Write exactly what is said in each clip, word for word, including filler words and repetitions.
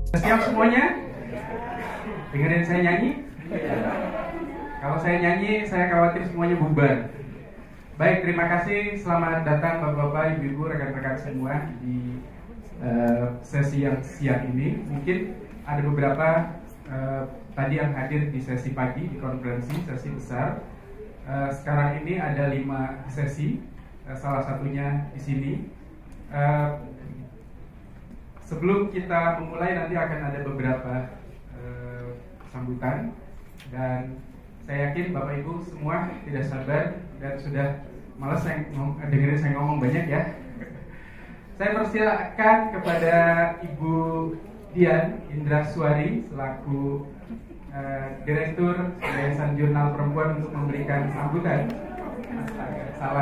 Siap semuanya? Dengerin saya nyanyi? Kalau saya nyanyi, saya khawatir semuanya bubar. Baik, terima kasih. Selamat datang Bapak-Bapak, Ibu-Ibu, rekan-rekan semua di uh, sesi yang siang ini. Mungkin ada beberapa uh, tadi yang hadir di sesi pagi, di konferensi, sesi besar. Uh, sekarang ini ada lima sesi, uh, salah satunya di sini. Uh, sebelum kita memulai, nanti akan ada beberapa uh, sambutan. Dan saya yakin Bapak Ibu semua tidak sabar dan sudah malas saya dengerin saya ngomong banyak ya. Saya persilakan kepada Ibu Dian Indraswari selaku uh, Direktur Yayasan Jurnal Perempuan untuk memberikan sambutan. Astaga, salah.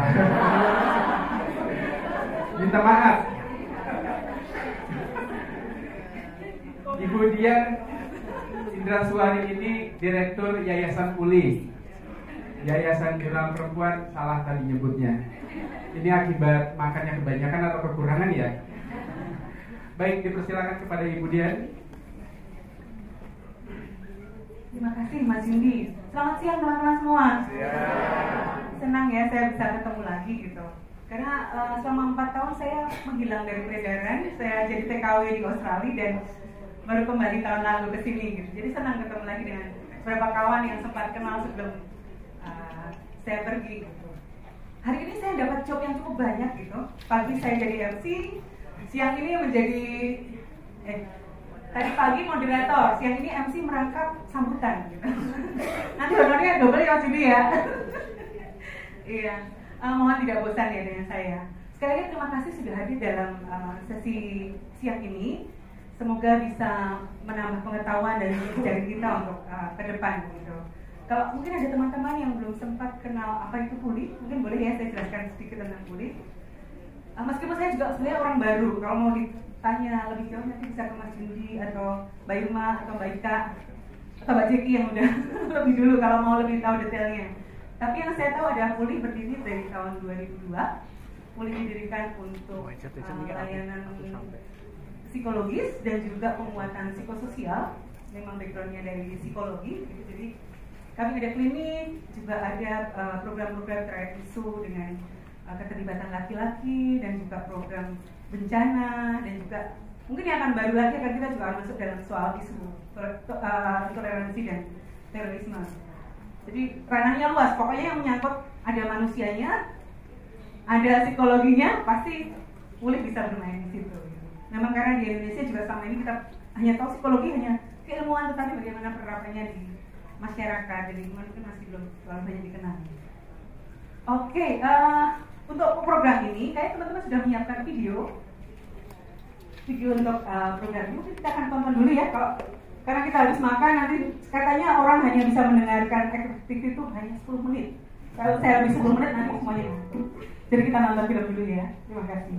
Minta maaf. Ibu Dian Indraswari ini Direktur Yayasan U L I, Yayasan Jurnal Perempuan, salah tadi nyebutnya. Ini akibat makannya kebanyakan atau kekurangan ya? Baik, dipersilakan kepada Ibu Dian. Terima kasih Mas Yudi. Selamat siang teman-teman semua. Senang ya saya bisa ketemu lagi gitu. Karena uh, selama empat tahun saya menghilang dari peredaran. Saya jadi T K W di Australia dan baru kembali tahun lalu ke sini gitu. Jadi senang ketemu lagi dengan beberapa kawan yang sempat kenal sebelum uh, saya pergi gitu. Hari ini saya dapat job yang cukup banyak gitu. Pagi saya jadi M C, siang ini menjadi eh tadi pagi moderator, siang ini M C merangkap sambutan gitu. Nanti honornya double ya Judi ya. Iya, uh, mohon tidak bosan ya dengan saya. Sekali lagi terima kasih sudah hadir dalam uh, sesi siang ini. Semoga bisa menambah pengetahuan dan dari kita untuk uh, ke depan gitu. Kalau mungkin ada teman-teman yang belum sempat kenal apa itu Puli, mungkin boleh ya saya jelaskan sedikit tentang Puli. Uh, meskipun saya juga sebenarnya orang baru, kalau mau ditanya lebih jauh nanti bisa ke Mas Yudi atau Mbak Irma atau Mbak Ika atau Mbak Jeki yang udah lebih dulu kalau mau lebih tahu detailnya. Tapi yang saya tahu ada Puli berdiri dari tahun dua ribu dua. Puli didirikan untuk uh, layanan psikologis dan juga penguatan psikososial. Memang backgroundnya dari psikologi gitu. Jadi kami ada klinik, juga ada uh, program-program terkait isu dengan uh, keterlibatan laki-laki dan juga program bencana dan juga mungkin yang akan baru lagi akan kita juga akan masuk dalam soal isu uh, toleransi dan terorisme. Jadi ranahnya luas, pokoknya yang menyangkut ada manusianya, ada psikologinya, pasti boleh bisa bermain di situ. Memang karena di Indonesia juga selama ini kita hanya tahu psikologi, hanya keilmuan, tetapi bagaimana penerapannya di masyarakat dan lingkungan mungkin masih belum terlalu banyak dikenal. Oke, okay, uh, untuk program ini, kayak teman-teman sudah menyiapkan video, video untuk uh, program ini. Mungkin kita akan tonton dulu ya, kalau karena kita habis makan nanti katanya orang hanya bisa mendengarkan efektif itu hanya sepuluh menit. Kalau saya lebih sepuluh menit nanti semuanya. Jadi kita nonton film dulu ya. Terima kasih.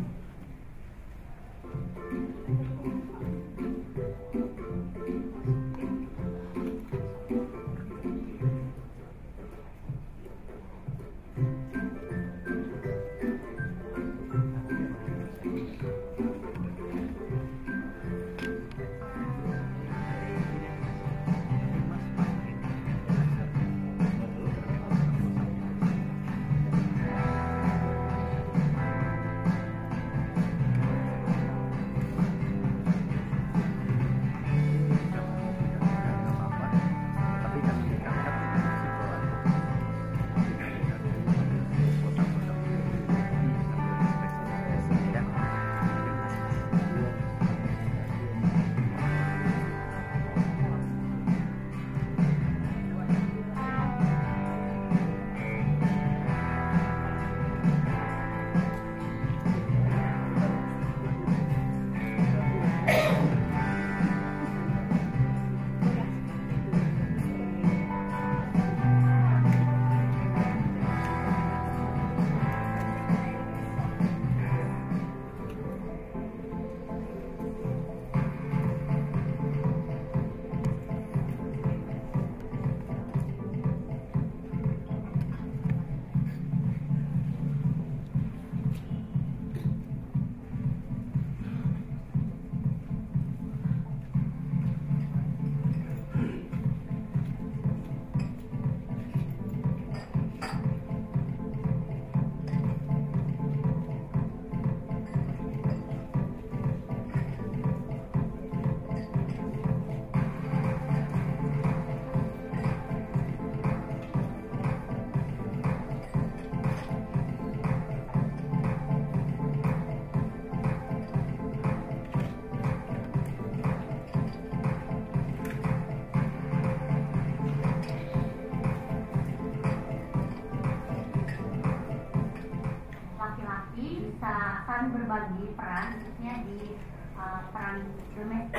peran, khususnya di uh, peran domestik.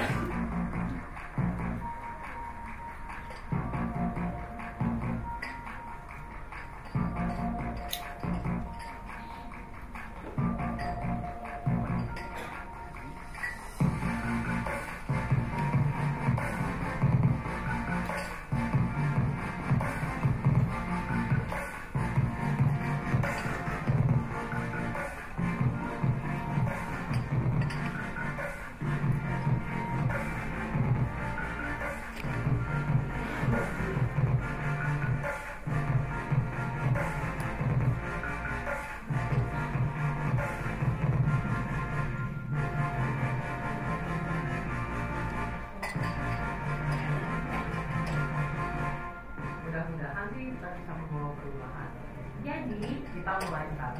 Mudah-mudahan sih kita bisa membawa perubahan. Jadi, Kita mulai sekarang.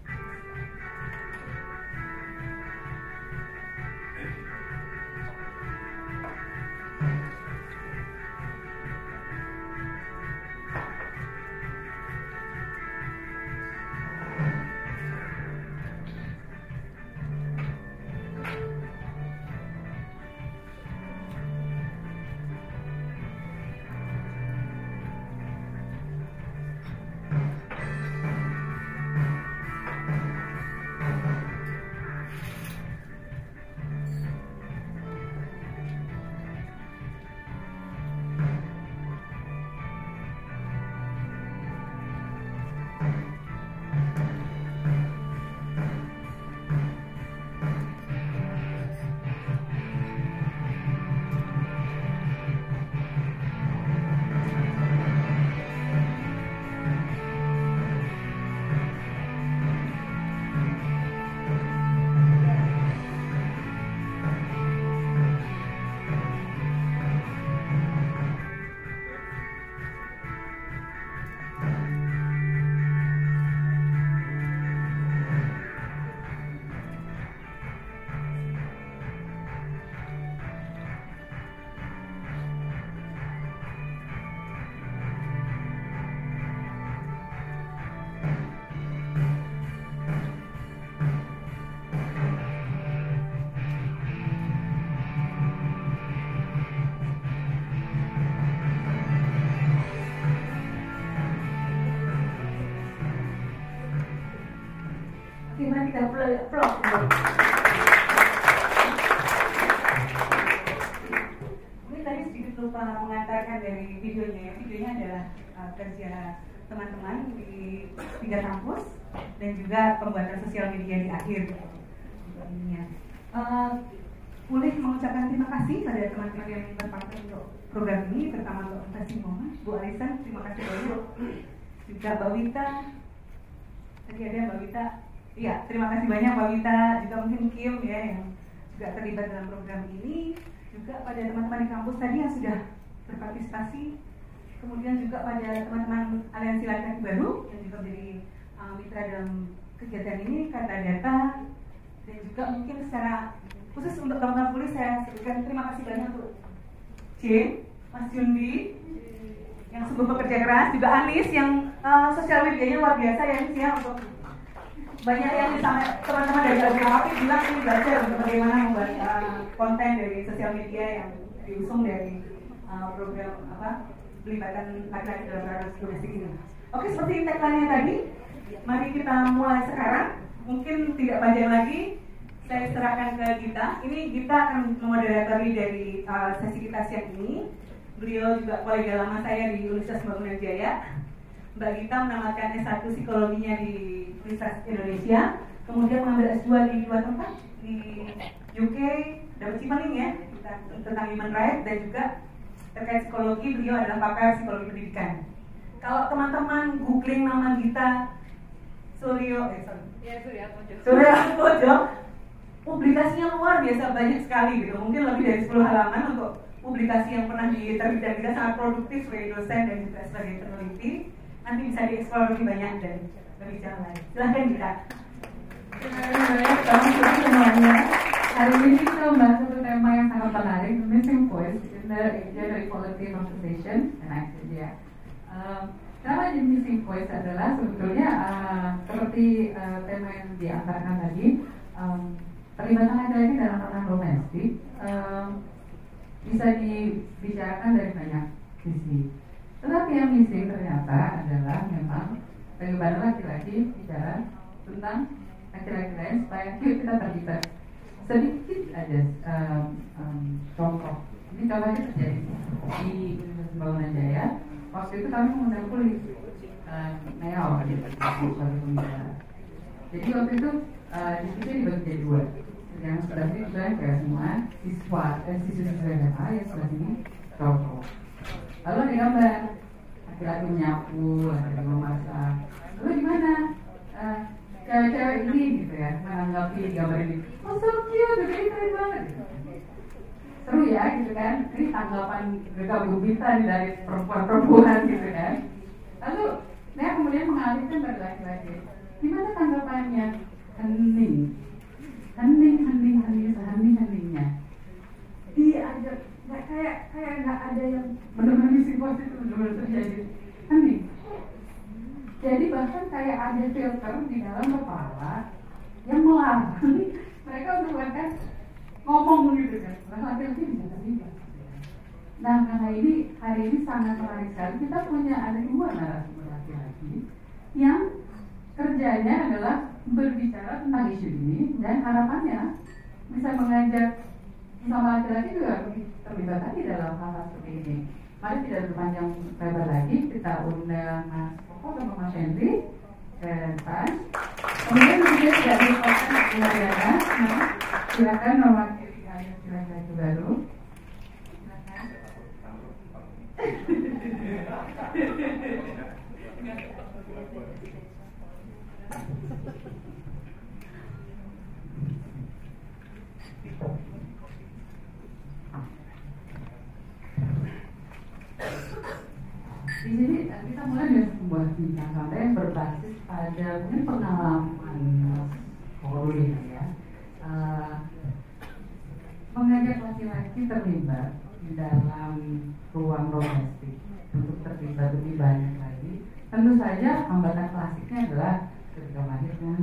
Gimana kita vlog? Mungkin tadi sedikit lupa mengatakan dari videonya ya. Videonya adalah uh, kerja teman-teman di tiga kampus dan juga pembuatan sosial media di akhir. Uh, boleh mengucapkan terima kasih pada teman-teman yang berpartner untuk program ini, terutama untuk Kasih Momen, Bu Alisan, terima kasih banyak. Juga Mbak Wita, tadi ada Mbak Wita. Iya, terima kasih banyak Mbak Wita, juga mungkin Kim ya yang juga terlibat dalam program ini, juga pada teman-teman di kampus tadi yang sudah berpartisipasi, kemudian juga pada teman-teman Aliansi Laki-Laki Baru yang juga menjadi uh, mitra dalam kegiatan ini, Kata Data, dan juga mungkin secara khusus untuk teman-teman Pulih saya sebutkan terima kasih banyak untuk C, Mas Yundi yang sungguh bekerja keras, juga Anis yang uh, sosial medianya luar biasa ya Anis ya, untuk banyak yang sama teman-teman dari L B H P bilang ini belajar untuk bagaimana membuat uh, konten dari sosial media yang diusung dari uh, program apa pelibatan laki-laki dalam ranah domestik ini. Oke, seperti tagline-nya tadi, mari kita mulai sekarang. Mungkin tidak panjang lagi, saya serahkan ke Gita. Ini Gita akan memoderatori dari uh, sesi kita siang ini. Beliau juga kolega lama saya di Universitas Bangunan Jaya. Mbak Gita menamatkan S satu psikologinya di Universitas Indonesia, kemudian mengambil S dua di dua tempat, di U K, dapat Cimaling ya, tentang human rights, dan juga terkait psikologi, beliau adalah pakar psikologi pendidikan. Kalau teman-teman googling nama Gita Suryo, eh sorry, ya Surya Pojo. Surya Pojo, publikasinya luar biasa banyak sekali gitu, mungkin lebih dari sepuluh halaman untuk publikasi yang pernah diterbitkan. Kita sangat produktif sebagai dosen dan juga sebagai peneliti. Nanti bisa dieksplor lebih banyak dan lebih jauh lagi. Silahkan Gita. Terima kasih banyak, selamat siang semuanya. Hari ini kita membahas satu tema yang sangat menarik, missing voice in the gender equality conversation and action ya. Um, Nama di missing voice adalah sebetulnya uh, seperti uh, tema yang diantarkan tadi, um, Perlibatan laki-laki dalam ranah domestik um, bisa dibicarakan dari banyak sisi. Tetapi yang missing ternyata adalah memang bagaimana laki-laki bicara tentang laki-laki lain supaya yuk kita terlibat. Sedikit aja um, um, contoh. Ini contohnya terjadi di Universitas Bangunan Jaya. Waktu itu kami mengundang kulis uh, Neo gitu, sebagai pembicara. Jadi waktu itu uh, diskusi dibagi jadi dua. Yang sebelah sini kebetulan kayak semua siswa dan siswa-siswa S M A, yang sebelah sini cowok. Lalu ada gambar laki-laki menyapu, laki-laki memasak. Lalu gimana uh, cewek-cewek ini gitu ya menanggapi gambar ini? Oh so cute, ini keren banget. Seru ya gitu kan? Ini tanggapan gegap-gebitan dari perempuan-perempuan gitu kan? Lalu saya kemudian mengalihkan pada laki-laki. Gimana tanggapannya? Hening, hening, hening, hening, sehening, heningnya. Dia aja nggak kayak kayak nggak ada yang benar-benar misi kuasa itu benar-benar terjadi. Hening. Jadi bahkan kayak ada filter di dalam kepala yang melarang mereka untuk bahkan ngomong gitu kan. Nah laki-laki bisa terlibat. Nah karena ini hari ini sangat menarik sekali. Kita punya ada dua narasumber laki-laki yang kerjanya adalah berbicara tentang isu ini dan harapannya bisa mengajak sama laki-laki juga lebih terlibat lagi dalam hal seperti ini. Mari tidak berpanjang lebar lagi, kita undang Mas Koko sama Mas Henry dan Pan. Kemudian juga tidak dilupakan Ilayana. Nah, silakan mewakili ayat laki-laki baru. Silakan. Di sini kita mulai dari sebuah bincang santai yang berbasis pada mungkin pengalaman Korwin ya, uh, mengajak laki-laki terlibat di dalam ruang domestik untuk terlibat lebih banyak lagi. Tentu saja hambatan klasiknya adalah ketika melahirkan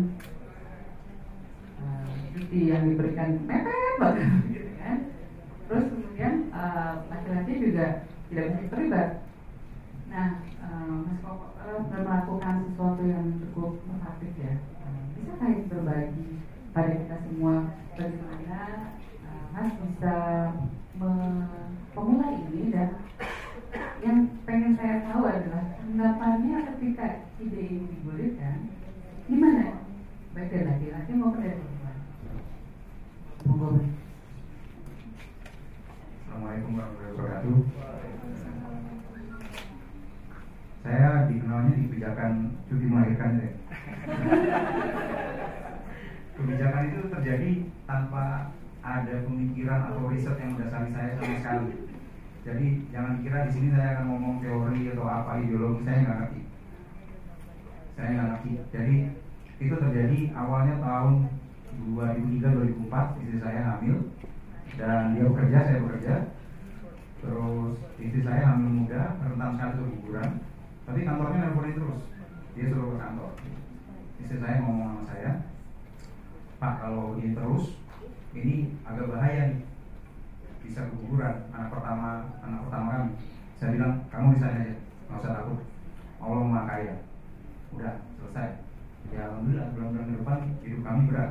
uh, cuti yang diberikan mepet banget gitu kan. Terus kemudian uh, laki-laki juga tidak bisa terlibat. Nah, uh, Mas Koko uh, melakukan sesuatu yang cukup aktif ya. Uh, bisa kayak berbagi pada kita semua bagaimana uh, Mas bisa memulai ini, dan yang pengen saya tahu adalah tanggapannya ketika ide ini digulirkan, gimana? Baik dari laki-laki maupun dari perempuan. Monggo. Assalamualaikum warahmatullahi wabarakatuh. Saya dikenalnya di kebijakan cuti melahirkan ya. Kebijakan itu terjadi tanpa ada pemikiran atau riset yang mendasari saya sama sekali. Jadi jangan kira di sini saya akan ngomong teori atau apa ideologi, saya nggak ngerti. Saya nggak ngerti. Jadi itu terjadi awalnya tahun dua ribu tiga dua ribu empat, istri saya hamil dan dia bekerja, saya bekerja. Terus istri saya hamil muda, rentan sekali keguguran. Tapi kantornya nelfonin terus, dia suruh ke kantor. Istri saya ngomong sama saya, Pak, kalau ini terus, ini agak bahaya nih, bisa keguguran. Anak pertama, anak pertama kami. Saya bilang, kamu di sana aja, nggak usah takut. Allah Maha Kaya. Udah selesai. Ya alhamdulillah, bulan-bulan ke depan hidup kami berat.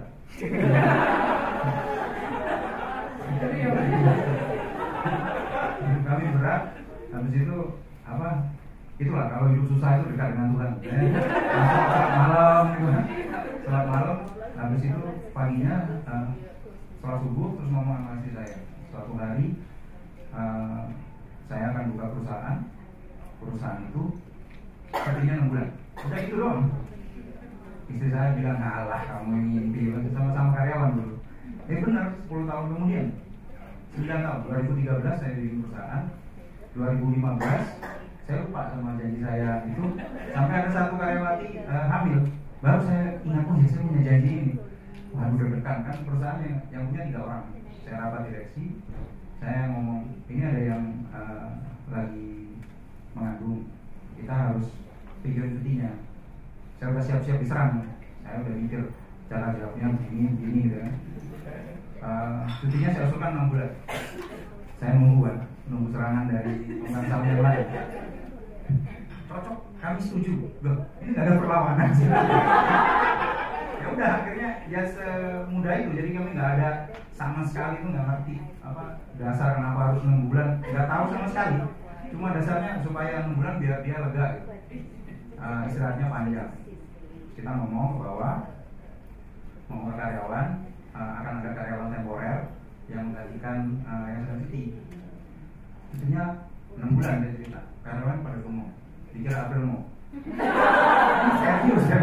Hidup kami berat. Habis itu apa? Itulah kalau hidup susah itu dekat dengan Tuhan. Ya. Salat malam, gitu. Salat malam. Habis itu paginya uh, sholat subuh terus ngomong sama istri saya. Suatu hari uh, saya akan buka perusahaan. Perusahaan itu sepertinya enam bulan. Udah itu doang. Istri saya bilang, ngalah kamu ngimpi, sama-sama karyawan dulu. Eh benar, sepuluh tahun kemudian, sembilan tahun, dua ribu tiga belas saya bikin perusahaan, dua ribu lima belas saya lupa sama janji saya itu, sampai ada satu karyawati uh, hamil, baru saya ingat, oh ya saya punya janji ini. Wah udah deg-degan kan, perusahaan yang, yang punya tiga orang. Saya rapat direksi, saya ngomong, ini ada yang uh, lagi mengandung, kita harus pikirin cutinya. Saya udah siap-siap diserang, saya udah mikir cara jawabnya begini, begini gitu kan. uh, cutinya saya usulkan enam bulan. Saya nunggu kan, nunggu serangan dari pemegang saham yang lain. Cocok, kami setuju. Loh, ini nggak ada perlawanan sih. Ya udah, akhirnya ya semudah itu. Jadi kami nggak ada sama sekali tuh nggak ngerti apa dasar kenapa harus enam bulan, nggak tahu sama sekali. Cuma dasarnya supaya enam bulan biar dia lega. Uh, istirahatnya panjang. Kita ngomong ke bawah, ngomong ke karyawan, uh, akan ada karyawan temporer yang menggantikan uh, yang sedang cuti. Cutinya enam bulan dia cerita. Karyawan pada ngomong, dikira April mau. Serius kan?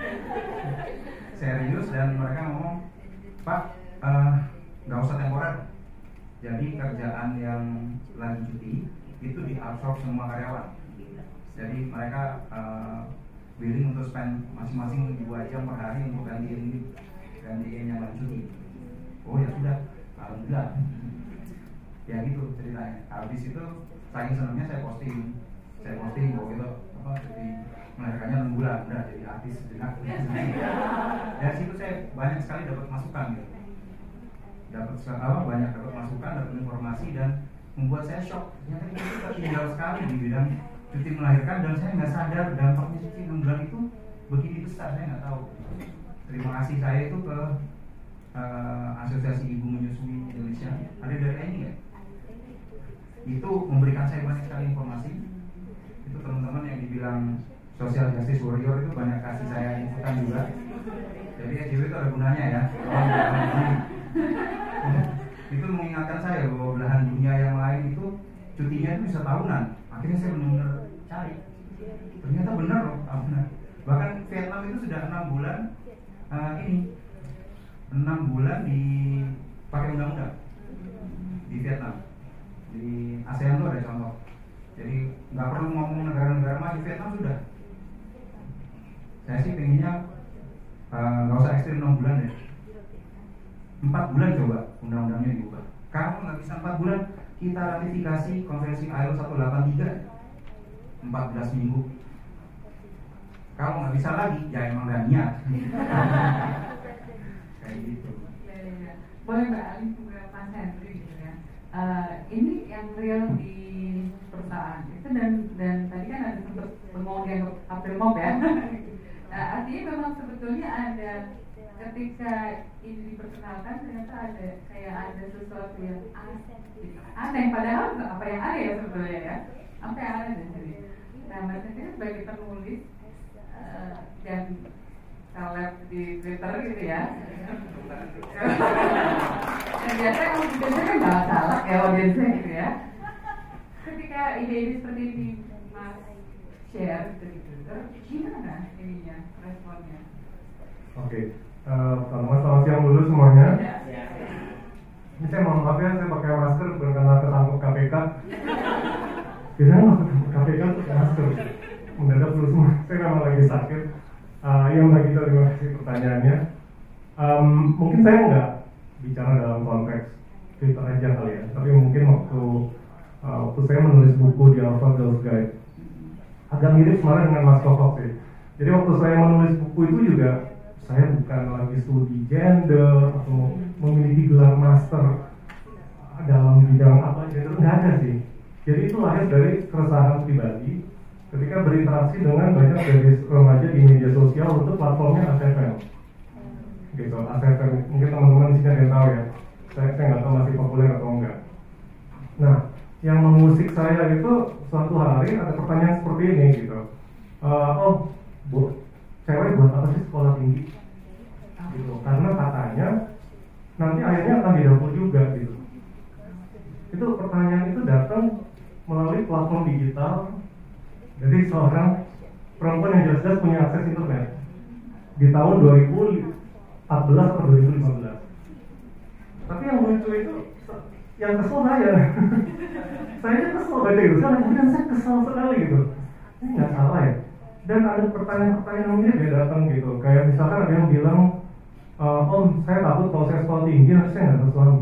Serius dan mereka ngomong, Pak, nggak uh, usah temporer. Jadi kerjaan yang lagi cuti itu diabsorb semua karyawan. Jadi mereka uh, willing untuk spend masing-masing dua jam per hari untuk gantiin gantiin yang lagi cuti. Oh ya sudah, alhamdulillah. Ya gitu ceritanya. Habis itu saking senangnya saya posting, saya posting bahwa itu apa jadi melahirkannya enam bulan, udah jadi artis sejenak. Dari situ saya banyak sekali dapat masukan gitu. Dapat apa banyak dapat masukan, dapat informasi dan membuat saya shock. Ternyata kita tinggal sekali di bidang cuti melahirkan dan saya nggak sadar dampaknya cuti enam bulan itu begini besar, saya nggak tahu. Terima kasih saya itu ke uh, Asosiasi Ibu Menyusui Indonesia, ada dari ini ya. Itu memberikan saya banyak sekali informasi. Itu teman-teman yang dibilang social justice warrior itu banyak kasih saya infokan juga. Jadi S J W itu ada gunanya ya. Itu mengingatkan saya bahwa belahan dunia yang lain itu cutinya itu bisa tahunan. Akhirnya saya benar-benar cari. Ternyata benar loh tahunan. Bahkan Vietnam itu sudah enam bulan uh, ini enam bulan dipakai undang-undang di Vietnam. Di ASEAN tuh ada contoh. Jadi nggak perlu ngomong negara-negara maju, Vietnam sudah. Saya sih pengennya nggak uh, usah ekstrim enam bulan deh. Empat bulan coba undang-undangnya diubah. Kalau nggak bisa empat bulan, kita ratifikasi konvensi I L O seratus delapan puluh tiga empat belas minggu. Kalau nggak bisa lagi, ya emang nggak niat. Kayak gitu. Ya, ya, ya. Boleh Mbak Ali juga Mas Henry gitu ya. Uh, ini yang real di perusahaan itu dan dan tadi kan ada sempat ngomong yang April Mop ya. Nah, artinya memang sebetulnya ada ketika ini diperkenalkan ternyata ada kayak ada sesuatu yang aneh, aneh padahal apa yang aneh ya sebetulnya ya, apa yang aneh dari sini. Nah, Mas Henry sebagai penulis uh, dan seleb di Twitter gitu ya. Dan biasanya kalau di Twitter kan gak salah ya audiensnya gitu ya. Ketika ide-ide seperti ini Mas share gitu di Twitter, gimana ininya responnya? Oke, uh, pertama selamat siang dulu semuanya. Ya. Ini saya mohon maaf ya, saya pakai masker bukan karena ketangkep K P K. Biasanya waktu ketangkep K P K tuh pakai masker. Mendadak dulu semua, saya memang lagi sakit. Uh, ya Mbak Gita, terima kasih pertanyaannya. Um, mungkin saya nggak bicara dalam konteks Twitter aja kali ya, tapi mungkin waktu uh, waktu saya menulis buku di Alpha Girls Guide, agak mirip sebenarnya dengan Mas Kokok sih. Jadi waktu saya menulis buku itu juga saya bukan lagi studi gender atau memiliki gelar master dalam bidang apa gender, nggak ada sih. Jadi itu lahir dari keresahan pribadi ketika berinteraksi dengan banyak dari remaja di media sosial untuk platformnya A S F M. Gitu, A S F M mungkin teman-teman di sini ada yang tahu ya. Saya saya nggak tahu masih populer atau enggak. Nah, yang mengusik saya itu suatu hari ada pertanyaan seperti ini gitu. Uh, oh, bu, cewek buat apa sih sekolah tinggi? Gitu, karena katanya nanti akhirnya akan di dapur juga gitu. Itu pertanyaan itu datang melalui platform digital dari seorang perempuan yang jelas-jelas punya akses internet di tahun dua ribu empat belas atau dua ribu lima belas. Tapi yang lucu itu yang kesel saya. Saya aja kesel baca itu, saya kemudian saya kesel sekali gitu. Ini nggak salah ya. Dan ada pertanyaan-pertanyaan yang mirip ya datang gitu. Kayak misalkan ada yang bilang, e, Om saya takut kalau saya sekolah tinggi nanti saya nggak bersuami.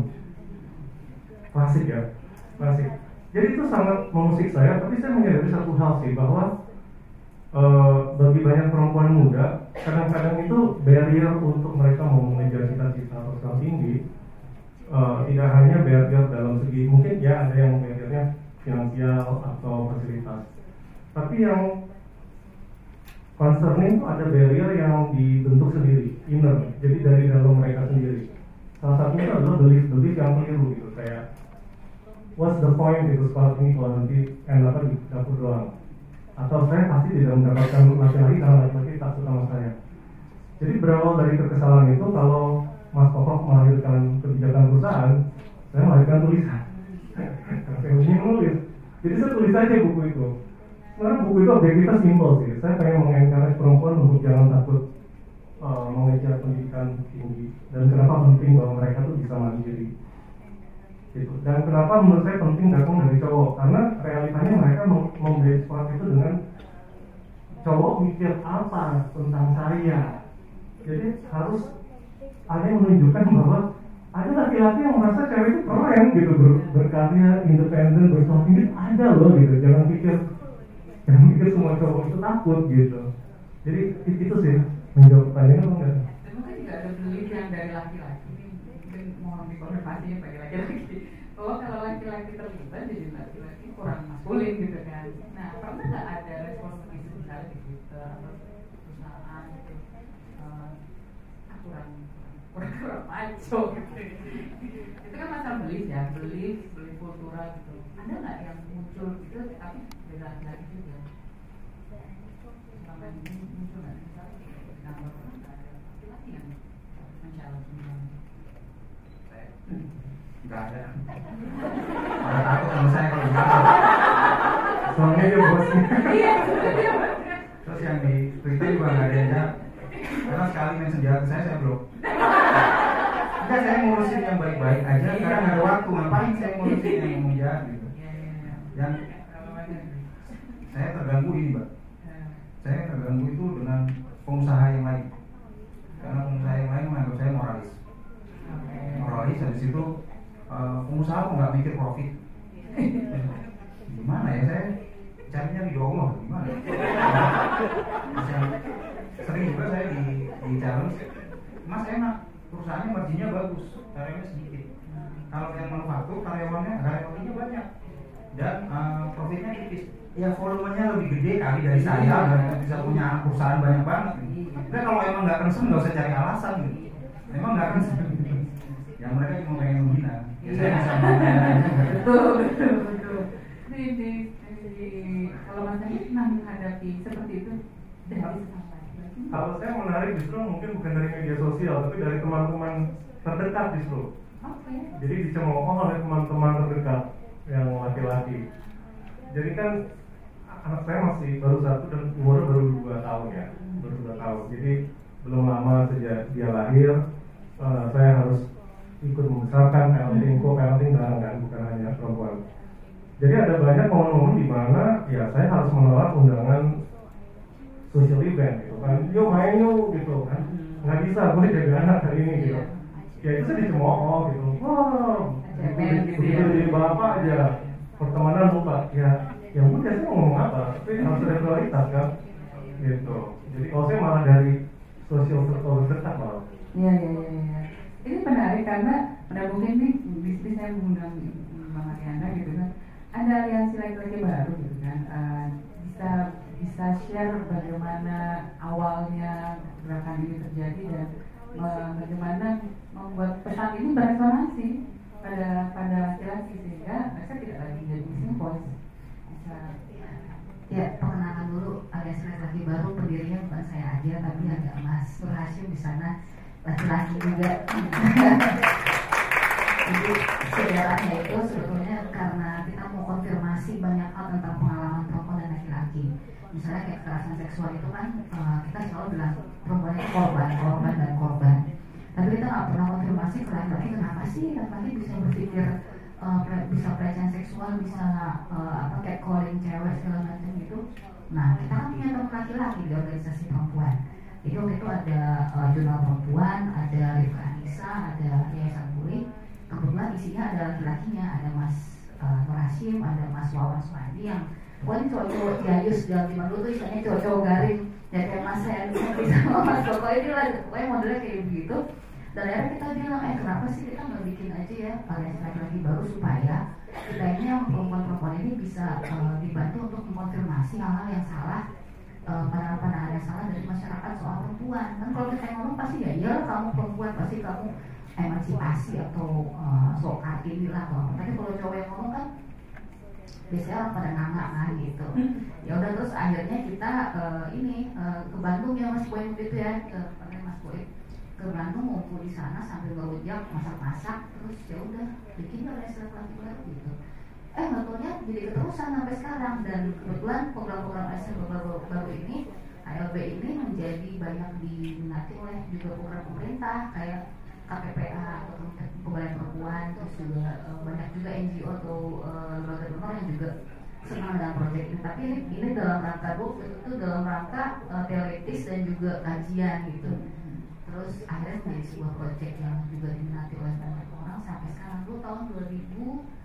Klasik ya, klasik. Jadi itu sangat mengusik saya, tapi saya menyadari satu hal sih bahwa e, bagi banyak perempuan muda, kadang-kadang itu barrier untuk mereka mau mengejar cita-cita sosial tinggi uh, tidak hanya barrier dalam segi, mungkin ya ada yang barriernya finansial atau fasilitas, tapi yang concerning itu ada barrier yang dibentuk sendiri, inner, jadi dari dalam mereka sendiri. Salah satunya adalah belief-belief yang keliru gitu, kayak what's the point gitu sekolah ini kalau nanti enak di dapur doang, atau saya pasti tidak mendapatkan laki-laki karena laki-laki takut sama saya. Jadi berawal dari kekesalan itu, kalau Mas Kokok melahirkan kebijakan perusahaan, saya melahirkan tulisan. Karena saya ingin nulis, jadi saya tulis aja buku itu. Sebenarnya buku itu objektifnya simpel sih. Saya pengen mengencourage perempuan untuk jangan takut uh, mengejar pendidikan tinggi, dan kenapa penting bahwa mereka tuh bisa mandiri. Gitu. Dan kenapa menurut saya penting datang dari cowok, karena realitanya mereka membenchmark itu dengan cowok mikir apa tentang saya. Jadi harus ada yang menunjukkan bahwa ada laki-laki yang merasa cewek itu keren gitu, ber, berkarya, independen, bersuami itu ada loh gitu. Jangan pikir jangan pikir semua cowok itu takut gitu. Jadi itu sih menjawab pertanyaan enggak? Dan mungkin juga ada penelitian dari laki-laki, mungkin mohon dikonfirmasinya bagi laki-laki. Oh, kalau laki-laki terlibat jadi laki-laki kurang maskulin gitu kan. Nah, pernah nggak ada respon begitu misalnya di Twitter atau perusahaan gitu, uh, ah, kurang kurang kurang maco gitu. Itu kan masalah belief ya, belief, belief kultural gitu. Ada nggak yang muncul gitu, tapi dari laki-laki juga? Selama ini muncul nggak misalnya di kantor nggak ada laki-laki yang mencalon semuanya? Nggak ada. Ada takut sama saya kalau bilang. Soalnya dia bosnya. Terus yang di Twitter juga nggak ada yang jawab. Karena sekali main senjata saya, saya blok. Enggak, saya ngurusin yang baik-baik aja. Karena nggak ada waktu. Ngapain saya ngurusin yang ngomong jahat gitu. Yang saya terganggu ini, Mbak. Saya terganggu itu dengan pengusaha yang lain. Karena pengusaha yang lain menganggap saya moralis. Moralis habis itu uh, pengusaha kok nggak mikir profit. Gimana ya, saya carinya di Allah gimana? Sering juga saya di di challenge, Mas enak, perusahaannya marginnya bagus, karyawannya sedikit. Kalau yang manufaktur karyawannya karyawannya banyak dan uh, profitnya tipis. Ya volumenya lebih gede kali dari saya, dan bisa punya perusahaan banyak banget. Tapi kalau emang nggak concern nggak usah cari alasan gitu. Emang nggak concern. Yang mereka cuma pengen menghina. Ya saya bisa menghina. Betul, betul, betul. Di, di, di, kalau Mas Andi pernah menghadapi seperti itu dari sampai. Kalau saya menarik justru mungkin bukan dari media sosial, tapi dari teman-teman terdekat justru. Oke. Jadi dicemooh oleh teman-teman terdekat yang laki-laki. Jadi kan anak saya masih baru satu dan umurnya baru dua tahun ya, baru dua tahun. Jadi belum lama sejak dia lahir, uh, saya harus ikut membesarkan parenting, co-parenting bareng kan, bukan hanya perempuan. Jadi ada banyak momen-momen di mana ya saya harus menolak undangan social event gitu kan, yuk main yuk gitu kan, nggak bisa, gue jaga anak hari ini gitu. Ya itu saya dicemooh gitu, wah, begitu jadi bapak aja, pertemanan lupa, ya ya udah saya mau ngomong apa, tapi harus ada prioritas kan, gitu. Jadi kalau saya malah dari social circle dekat malah. Iya iya iya. Ya. Ini menarik karena pada mungkin nih bisnis saya mengundang Bang Ariana gitu kan, ada aliansi laki-laki baru gitu kan, uh, bisa bisa share bagaimana awalnya gerakan ini terjadi dan uh, bagaimana membuat pesan ini beresonansi pada pada laki-laki sehingga mereka tidak lagi jadi missing voice. Bisa ya, perkenalkan dulu aliansi laki-laki baru, pendirinya bukan saya aja tapi ada Mas Nur Hashim di sana, laki-laki juga. Jadi sejarahnya itu sebetulnya karena kita mau konfirmasi banyak hal tentang pengalaman perempuan dan laki-laki. Misalnya kayak kekerasan seksual itu kan uh, kita selalu bilang perempuan itu korban, korban dan korban. Tapi kita nggak pernah konfirmasi ke laki-laki kenapa sih laki-laki bisa berpikir uh, bisa pelecehan seksual, bisa uh, apa kayak calling cewek segala macam gitu. Nah kita kan punya teman laki-laki di organisasi perempuan. Jadi waktu itu ada uh, jurnal perempuan, ada Rifka Anissa, ada Yayasan Pulih. Kebetulan isinya ada laki-lakinya, ada Mas uh, Nur Hashim, ada Mas Wawan Sumandi yang pokoknya cowok-cowok jayus dalam zaman dulu tuh istilahnya cowok-cowok garing. Ya kayak Mas saya bisa sama Mas Koko ini lah, pokoknya modelnya kayak begitu. Dan akhirnya kita bilang, eh kenapa sih kita nggak bikin aja ya aliansi laki-laki baru supaya kita ini yang perempuan-perempuan ini bisa uh, dibantu untuk mengkonfirmasi hal-hal yang salah, uh, pandangan-pandangan yang salah dari masyarakat soal perempuan. Kan kalau kita yang ngomong pasti ya, ya kamu perempuan pasti kamu emansipasi atau uh, sok ini lah atau apa. Tapi kalau cowok yang ngomong kan biasanya orang pada nangak kan gitu. Ya udah terus akhirnya kita uh, ini uh, ke Bandung ya Mas Boy gitu ya, ke Mas Boy ke Bandung ngumpul di sana sambil ngerujak masak-masak, terus ya udah bikin aliansi laki-laki baru gitu. Eh betulnya jadi keterusan sampai sekarang, dan kebetulan program-program aliansi baru, baru ini A L B ini menjadi banyak diminati oleh juga program pemerintah kayak K P P A atau Pemberdayaan Perempuan, terus juga uh, banyak juga N G O atau uh, lembaga donor yang juga senang dengan proyek ini. Tapi ini, ini dalam rangka bu, itu dalam rangka uh, teoritis dan juga kajian gitu. Terus akhirnya menjadi sebuah proyek yang juga diminati oleh banyak orang sampai sekarang. Dulu tahun dua ribu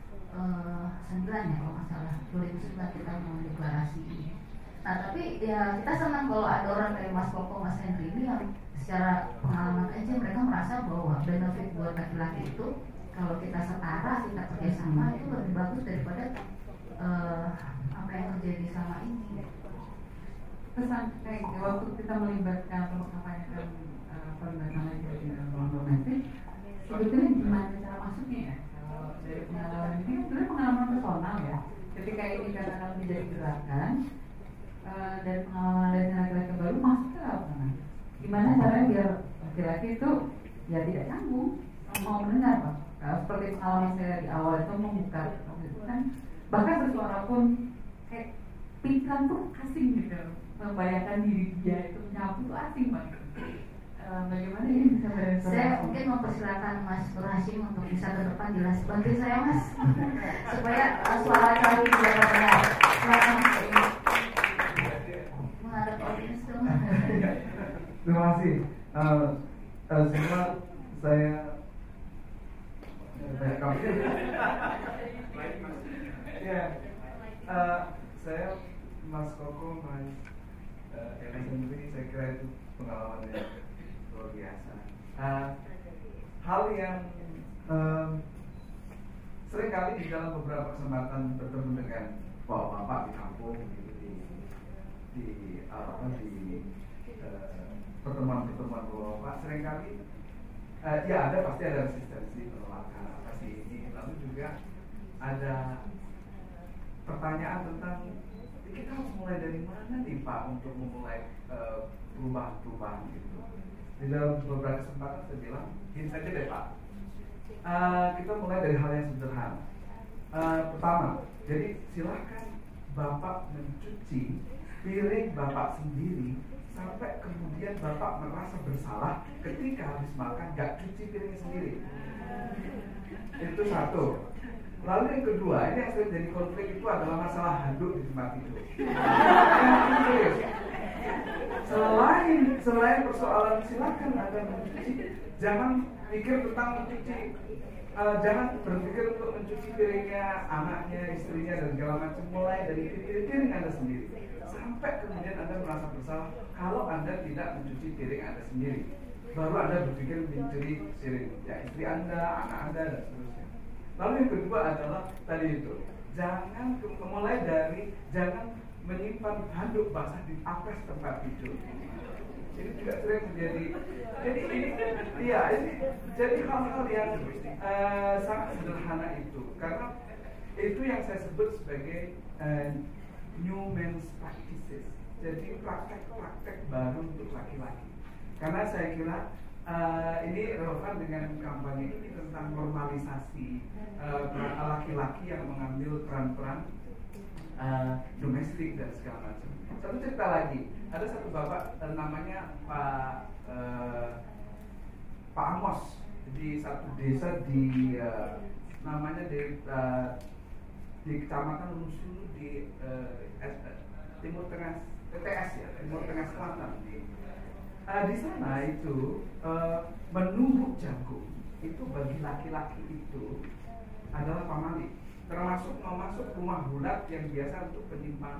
sembilan ya kalau nggak salah, dua ribu sembilan kita mau deklarasi ini. Nah tapi ya kita senang kalau ada orang kayak Mas Koko, Mas Henry ini yang secara pengalaman aja mereka merasa bahwa benefit buat laki-laki itu kalau kita setara, kita kerjasama itu lebih bagus daripada uh, apa yang terjadi selama ini. Pesan kayak waktu kita melibatkan memperkapayakan pelibatan lagi di ruang domestik, sebetulnya gimana cara masuknya ya? Kalau dari pengalaman ini kan sebenarnya pengalaman personal ya. Ketika ini katakan menjadi gerakan uh, dan pengalaman dari laki-laki baru masuk ke apa? Gimana caranya biar laki-laki itu ya tidak canggung mau mendengar Pak? Nah, seperti pengalaman saya di awal itu membuka itu kan, bahkan bersuara pun kayak pikiran tuh asing gitu, membayangkan diri dia itu menyapu tuh asing banget. Bagaimana ini bisa berinteraksi? Saya mungkin mempersilakan Mas Nur Hashim untuk bisa ke depan jelas bantu saya Mas supaya uh, suara kami tidak terdengar. Silakan menghadap audiens dong. Terima kasih. Uh, uh, semua saya saya kami ya uh, saya Mas Koko, Mas uh, Ena sendiri, saya kira itu pengalamannya luar biasa. Uh, hal yang um, seringkali di dalam beberapa kesempatan bertemu dengan bapak-bapak di kampung, di di, di apa di uh, pertemuan-pertemuan bapak-bapak, seringkali uh, ya ada pasti ada resistensi penolakan apa sih ini, lalu juga ada pertanyaan tentang kita harus mulai dari mana nih Pak untuk memulai uh, perubahan-perubahan gitu. Di dalam beberapa kesempatan saya bilang, gini saja deh Pak, uh, kita mulai dari hal yang sederhana. Uh, pertama, jadi silahkan Bapak mencuci piring Bapak sendiri sampai kemudian Bapak merasa bersalah ketika habis makan gak cuci piringnya sendiri. Itu satu. Lalu yang kedua, ini yang sering jadi konflik itu adalah masalah handuk di tempat tidur. Selain selain persoalan silakan Anda mencuci, jangan pikir tentang mencuci, uh, jangan berpikir untuk mencuci piringnya anaknya, istrinya dan segala macam, mulai dari piring Anda sendiri sampai kemudian Anda merasa bersalah kalau Anda tidak mencuci piring Anda sendiri. Baru Anda berpikir mencuri piring ya istri Anda, anak Anda dan seterusnya. Lalu yang kedua adalah tadi itu, jangan mulai dari jangan menyimpan handuk basah di atas tempat tidur. Ini juga sering terjadi. Jadi ini, iya ini jadi hal-hal yang uh, sangat sederhana itu, karena itu yang saya sebut sebagai uh, new men's practices. Jadi praktek-praktek baru untuk laki-laki. Karena saya kira uh, ini relevan dengan kampanye ini tentang normalisasi uh, laki-laki yang mengambil peran-peran Uh, domestik dan segala macam. Satu cerita lagi, ada satu bapak uh, namanya Pak uh, Pak Amos di satu desa di uh, namanya di uh, di Kecamatan Lusulu di uh, uh, Timur Tengah T T S ya, Timur Tengah Selatan. Di, uh, di sana itu uh, menumbuk jagung itu bagi laki-laki itu adalah pamali, termasuk memasuk rumah bulat yang biasa untuk penyimpanan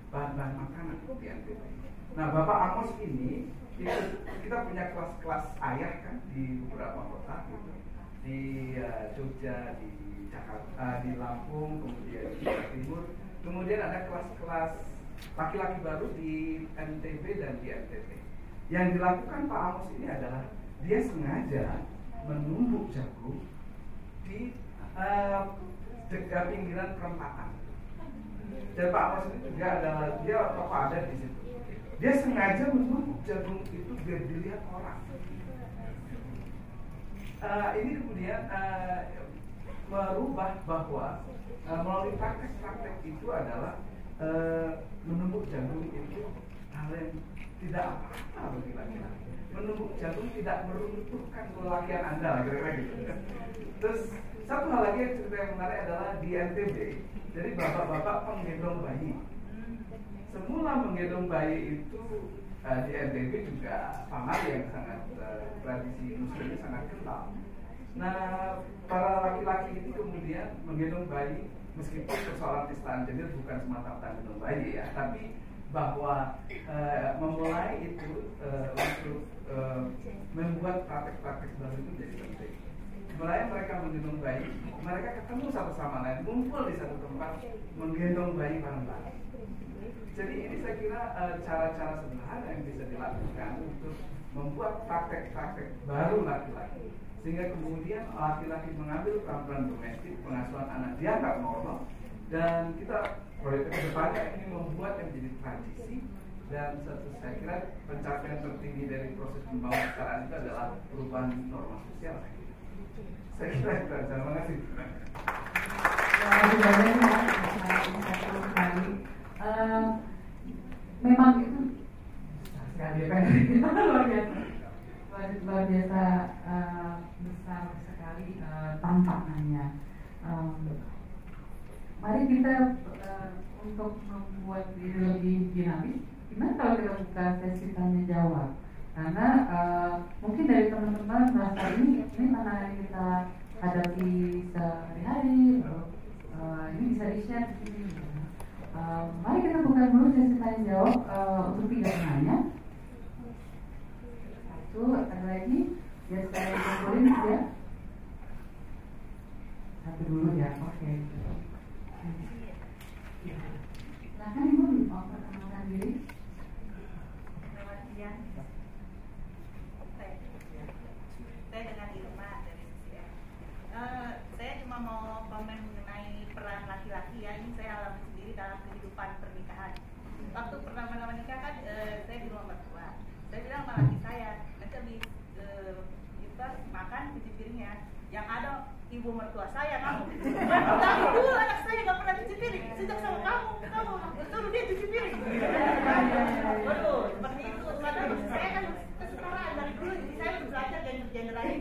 bahan-bahan makanan di N T B. Nah, Bapak Amos ini itu, kita punya kelas-kelas ayah kan di beberapa kota gitu. Di uh, Jogja, di Jakarta, uh, di Lampung, kemudian di Jawa Timur. Kemudian ada kelas-kelas laki-laki baru di N T B dan di N T B. Yang dilakukan Pak Amos ini adalah dia sengaja menumbuk jagung di uh, dekat pinggiran perempatan. Dan Pak Amos ini juga adalah dia tokoh adat di situ. Dia sengaja menumbuk jagung itu biar dilihat orang. Uh, ini kemudian uh, merubah bahwa uh, melalui praktek-praktek itu adalah uh, menumbuk jagung itu hal yang tidak apa-apa bagi laki-laki. Menumbuk jagung tidak meruntuhkan kelelakian Anda, kira-kira gitu. Terus satu hal lagi yang cerita yang menarik adalah di N T B. Jadi bapak-bapak penggendong bayi. Semula menggendong bayi itu uh, di N T B juga pamali yang sangat uh, tradisi muslimnya sangat kental. Nah, para laki-laki ini kemudian menggendong bayi meskipun persoalan istilahnya jadi bukan semata-mata menggendong bayi ya, tapi bahwa uh, memulai itu uh, untuk uh, membuat praktek-praktek baru itu menjadi penting. Mulai mereka menggendong bayi, mereka ketemu satu sama lain, kumpul di satu tempat menggendong bayi bareng-bareng. Jadi ini saya kira uh, cara-cara sederhana yang bisa dilakukan untuk membuat praktek-praktek baru laki-laki, sehingga kemudian laki-laki mengambil peran-peran domestik, pengasuhan anak dianggap normal, dan kita proyek ke depannya ini membuat yang jadi tradisi. Dan satu saya kira pencapaian tertinggi dari proses pembangunan sekarang itu adalah perubahan norma sosial. Saya kira itu. Terima kasih. Terima kasih banyak. Uh, memang itu sekali luar biasa, luar biasa uh, besar sekali uh, tantangannya. Um, mari kita uh, untuk membuat diri lebih dinamis. Gimana kalau kita buka sesi tanya jawab? Karena uh, mungkin dari teman-teman merasa ini ini tantangan yang kita hadapi sehari-hari, uh, ini bisa di-share di sini. Uh, mari kita buka dulu sesi tanya jawab uh, untuk tiga penanya. Satu, ada lagi, ya saya kumpulin ya. Satu dulu ya, oke. Okay. Silahkan Ibu mau perkenalkan diri. Selamat siang. Saya dengan Irma dari C C R. Uh, saya cuma mau komen mengenai peran laki-laki ya. Ini saya alami sendiri dalam kehidupan pernikahan. Waktu pertama-tama nikah kan uh, saya di rumah mertua. Saya bilang sama laki saya, nanti habis uh, kita makan cuci piringnya. Yang ada ibu mertua saya kamu. Tapi dulu anak saya nggak pernah cuci piring. Sejak sama kamu, kamu suruh dia cuci piring. Betul, seperti itu. Karena saya kan kesetaraan dari dulu, jadi saya udah belajar gender-gender lain.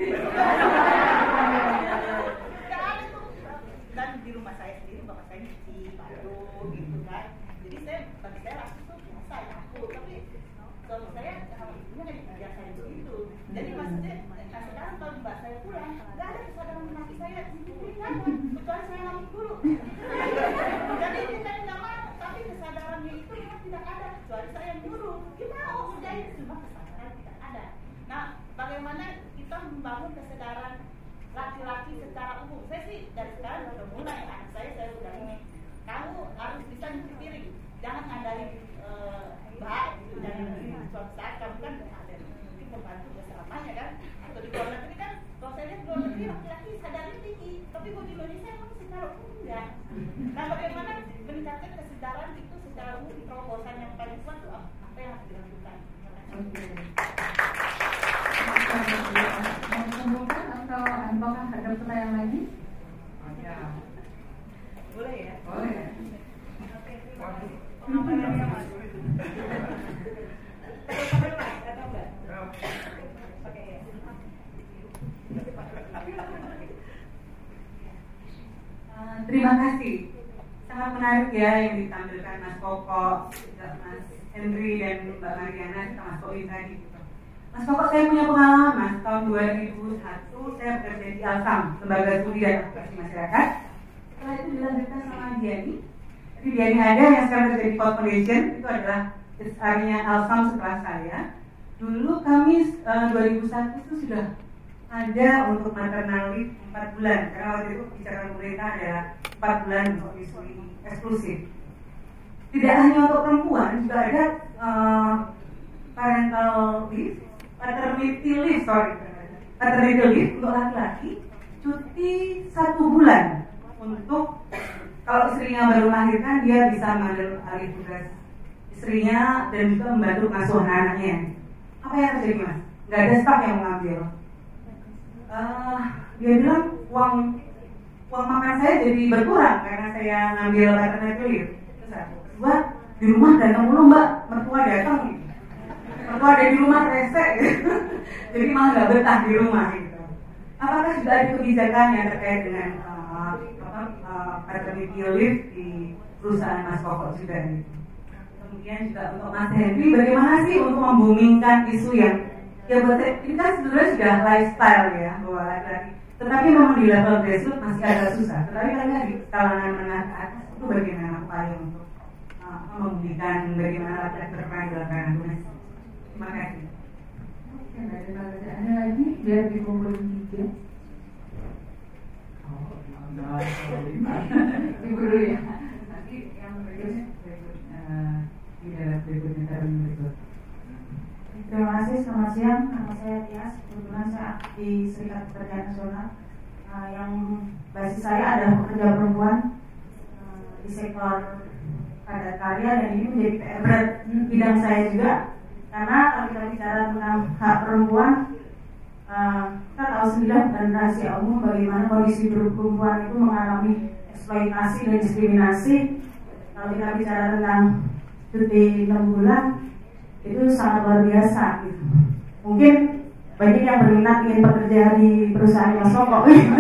Nggak ada tuh. Dan di rumah saya sendiri bapak saya nyuci baju gitu kan. Jadi saya bagi saya langsung tuh biasa ya aku. Tapi suami saya kalau ibunya kan dibiasain begitu. Jadi maksudnya nah sekarang kalau mbak saya pulang nggak ada kesadaran laki saya cuci piring nggak ada. Kecuali saya ngomong dulu. Jadi ini saya nggak mau. Tapi kesadarannya itu memang tidak ada. Kecuali saya yang dulu. Gimana mau kerjain semua kesadaran tidak ada. Nah bagaimana kita membangun kesadaran laki-laki secara umum? Saya sih dari sekarang sudah mulai anak saya saya sudah ini. Kamu harus bisa nyuci piring. Jangan ngandalin mbak gitu dan suatu saat kamu kan ada mungkin pembantu selamanya kan atau di luar negeri kan kalau saya lihat di luar negeri laki-laki sadarnya tinggi tapi kalau di Indonesia emang secara umum enggak. Nah bagaimana meningkatkan kesadaran itu secara umum terobosan yang paling kuat itu apa yang harus dilakukan? Mau kumpulkan atau apakah ada pertanyaan lagi? Ya. Boleh ya? Boleh. Oke, terima kasih. Pengapalannya mas. Atau enggak? Oke ya. Uh, terima kasih. Sangat menarik ya yang ditampilkan Mas Koko, Mas Henry dan Mbak Mariana, Mas Koi tadi. Gitu. Mas Koko, saya punya pengalaman Mas. Tahun dua ribu satu saya bekerja di Alsam, Lembaga Studi dan Advokasi Masyarakat. Setelah itu dilanjutkan sama Diani. Jadi dia ini ada yang sekarang terjadi Code Foundation, itu adalah harinya Alsam setelah saya. Dulu kami uh, dua ribu satu itu sudah ada untuk maternal leave empat bulan, karena waktu itu kebijakan pemerintah ada empat bulan untuk menyusui eksklusif. Tidak hanya untuk perempuan, juga ada uh, parental leave, paternity leave, sorry, paternity leave untuk laki-laki, cuti satu bulan untuk kalau istrinya baru melahirkan dia bisa mengambil alih tugas istrinya dan juga membantu pengasuhan anaknya. Apa yang terjadi mas? Gak ada staf yang mengambil. Uh, dia bilang uang uang makan saya jadi berkurang karena saya ngambil paternity leave. Terus aku buat di rumah datang mulu mbak, mertua datang gitu. Mertua ada di rumah rese gitu. Jadi malah gak betah di rumah gitu. Apakah juga ada kebijakan yang terkait dengan uh, apa uh, paternity leave di perusahaan Mas Koko juga gitu. Kemudian juga untuk Mas Henry, bagaimana sih untuk membumingkan isu yang ya buat saya, ini kan sebenarnya sudah lifestyle ya bahwa laki-laki, tetapi memang di level grassroots masih agak susah. Tetapi kalau di kalangan menengah ke atas itu bagaimana upaya untuk uh, membumingkan bagaimana laki-laki berperan dalam ranah domestik. Terima kasih. Oke, ada pertanyaannya lagi biar dikumpulin tiga. Oh, ada lima. Ibu dulu ya. Nanti yang berikutnya berikutnya di dalam berikutnya dari berikut. Terima kasih, selamat siang. Nama saya Tias, kebetulan saya di Serikat Pekerja Nasional uh, yang basis saya adalah pekerja perempuan uh, di sektor padat karya, dan ini menjadi P R berat bidang saya juga. Karena kalau kita bicara tentang hak perempuan, uh, kita tahu sendiri dan rahasia umum bagaimana kondisi perempuan itu mengalami eksploitasi dan diskriminasi. Kalau kita bicara tentang cuti enam bulan, itu sangat luar biasa gitu. Mungkin banyak yang berminat ingin bekerja di perusahaan Mas Koko.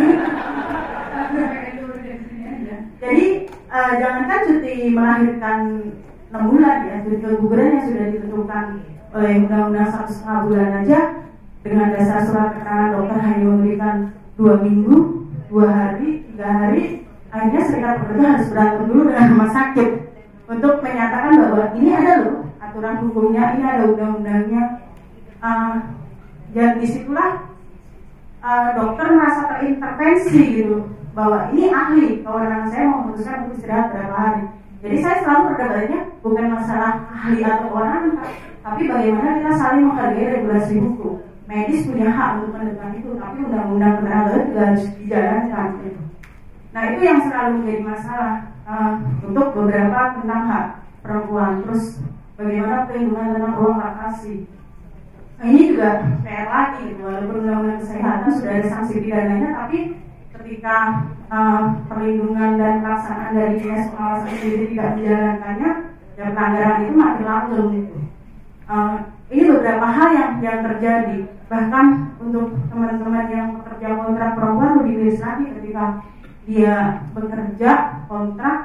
Jadi uh, jangankan cuti melahirkan enam bulan ya, cuti keguguran yang sudah ditentukan oleh undang-undang satu setengah bulan aja dengan dasar surat keterangan dokter hanya memberikan dua minggu, dua hari, tiga hari, akhirnya serikat pekerja harus berantem dulu dengan rumah sakit untuk menyatakan bahwa ini ada loh aturan hukumnya, ini ada undang-undangnya. Uh, dan disitulah uh, dokter merasa terintervensi gitu, bahwa ini ahli, kewenangan saya mau memutuskan untuk istirahat berapa hari. Jadi saya selalu berdebatnya bukan masalah ahli atau kewenangan, tapi bagaimana kita saling menghargai regulasi hukum. Medis punya hak untuk menentukan itu, tapi undang-undang ketenagaan juga harus dijalankan gitu. Nah itu yang selalu menjadi masalah uh, untuk beberapa tentang hak perempuan. Terus bagaimana perlindungan tentang ruang laktasi. Nah ini juga P R lagi gitu. Walaupun undang-undang kesehatan sudah ada sanksi pidananya, tapi ketika uh, perlindungan dan pelaksanaan dari dinas pengawasan sendiri tidak menjalankannya, ya pelanggaran itu makin langgeng gitu. Uh, ini beberapa hal yang yang terjadi. Bahkan untuk teman-teman yang bekerja kontrak perempuan lebih miris lagi ketika dia bekerja kontrak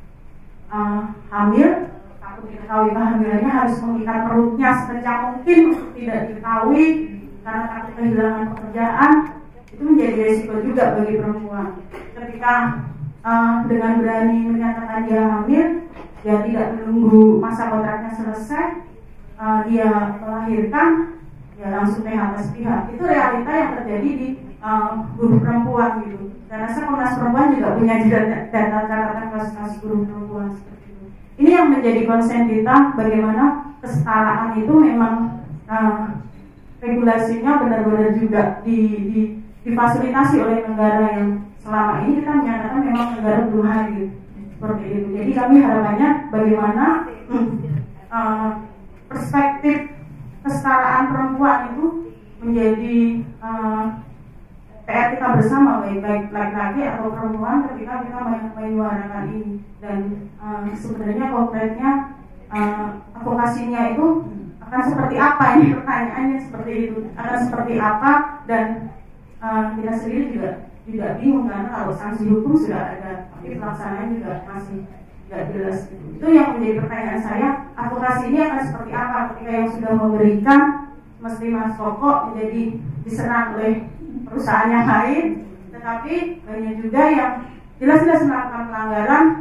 uh, hamil, takut diketahui kehamilannya, harus mengikat perutnya sekencang mungkin untuk tidak diketahui karena takut kehilangan pekerjaan. Itu menjadi resiko juga bagi perempuan. Ketika uh, dengan berani menyatakan dia hamil, dia tidak menunggu masa kontraknya selesai, uh, dia melahirkan, ya langsung P H K sepihak. Itu realita yang terjadi di uh, buruh perempuan gitu. Dan rasa Komnas Perempuan juga punya data catatan kasus-kasus buruh perempuan seperti itu. Ini yang menjadi konsen kita, bagaimana kesetaraan itu memang uh, regulasinya benar-benar juga di, di, difasilitasi oleh negara yang selama ini kita menyatakan memang negara belum hadir seperti itu. Jadi kami harapannya bagaimana hmm, uh, perspektif kesetaraan perempuan itu menjadi uh, P R kita bersama, baik baik laki-laki atau perempuan, ketika kita menyuarakan ini. Dan uh, sebenarnya konkretnya uh, advokasinya itu akan seperti apa, ini pertanyaannya seperti itu, akan seperti apa. Dan uh, kita sendiri juga tidak bingung karena kalau sanksi hukum sudah ada, tapi pelaksanaan juga masih tidak jelas. Itu yang menjadi pertanyaan saya, advokasi ini akan seperti apa ketika yang sudah memberikan mesti Mas Koko menjadi diserang oleh perusahaan yang lain, tetapi banyak juga yang jelas-jelas melakukan pelanggaran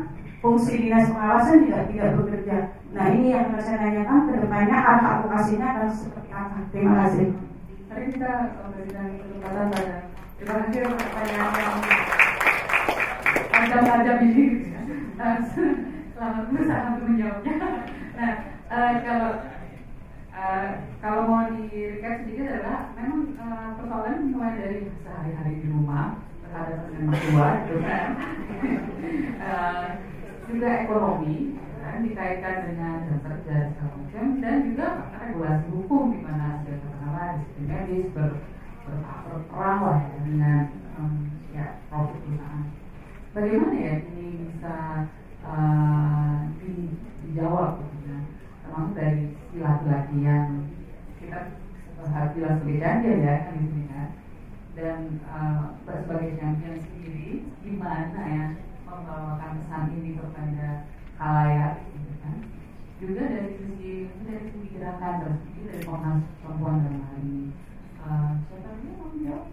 fungsi dinas pengawasan juga tidak bekerja. Nah ini yang saya tanyakan ke depannya arah advokasinya akan seperti apa. Terima kasih. Mari kita memberikan kesempatan pada terima kasih untuk pertanyaan yang tajam-tajam ini. Selamat berusaha untuk menjawabnya. Nah, uh, kalau uh, kalau mau di-recap sedikit adalah memang uh, persoalan mulai dari sehari-hari di rumah terhadap dengan mertua, gitu kan. uh, juga ekonomi, kan, dikaitkan dengan jam kerja segala macam, dan juga regulasi hukum di mana sudah terkenal disiplin medis ber, ber, berperang lah ya, dengan um, ya profit perusahaan. Bagaimana ya ini bisa uh, di, dijawab gitu ya, termasuk dari si laki-laki yang kita bilang sebagai champion ya kan di sini kan, dan uh, sebagai champion sendiri gimana ya membawakan pesan ini kepada khalayak gitu kan. Juga dari sisi dari sisi gerakan dan dari Komnas Perempuan dalam hal ini. Uh, siapa yang mau menjawab?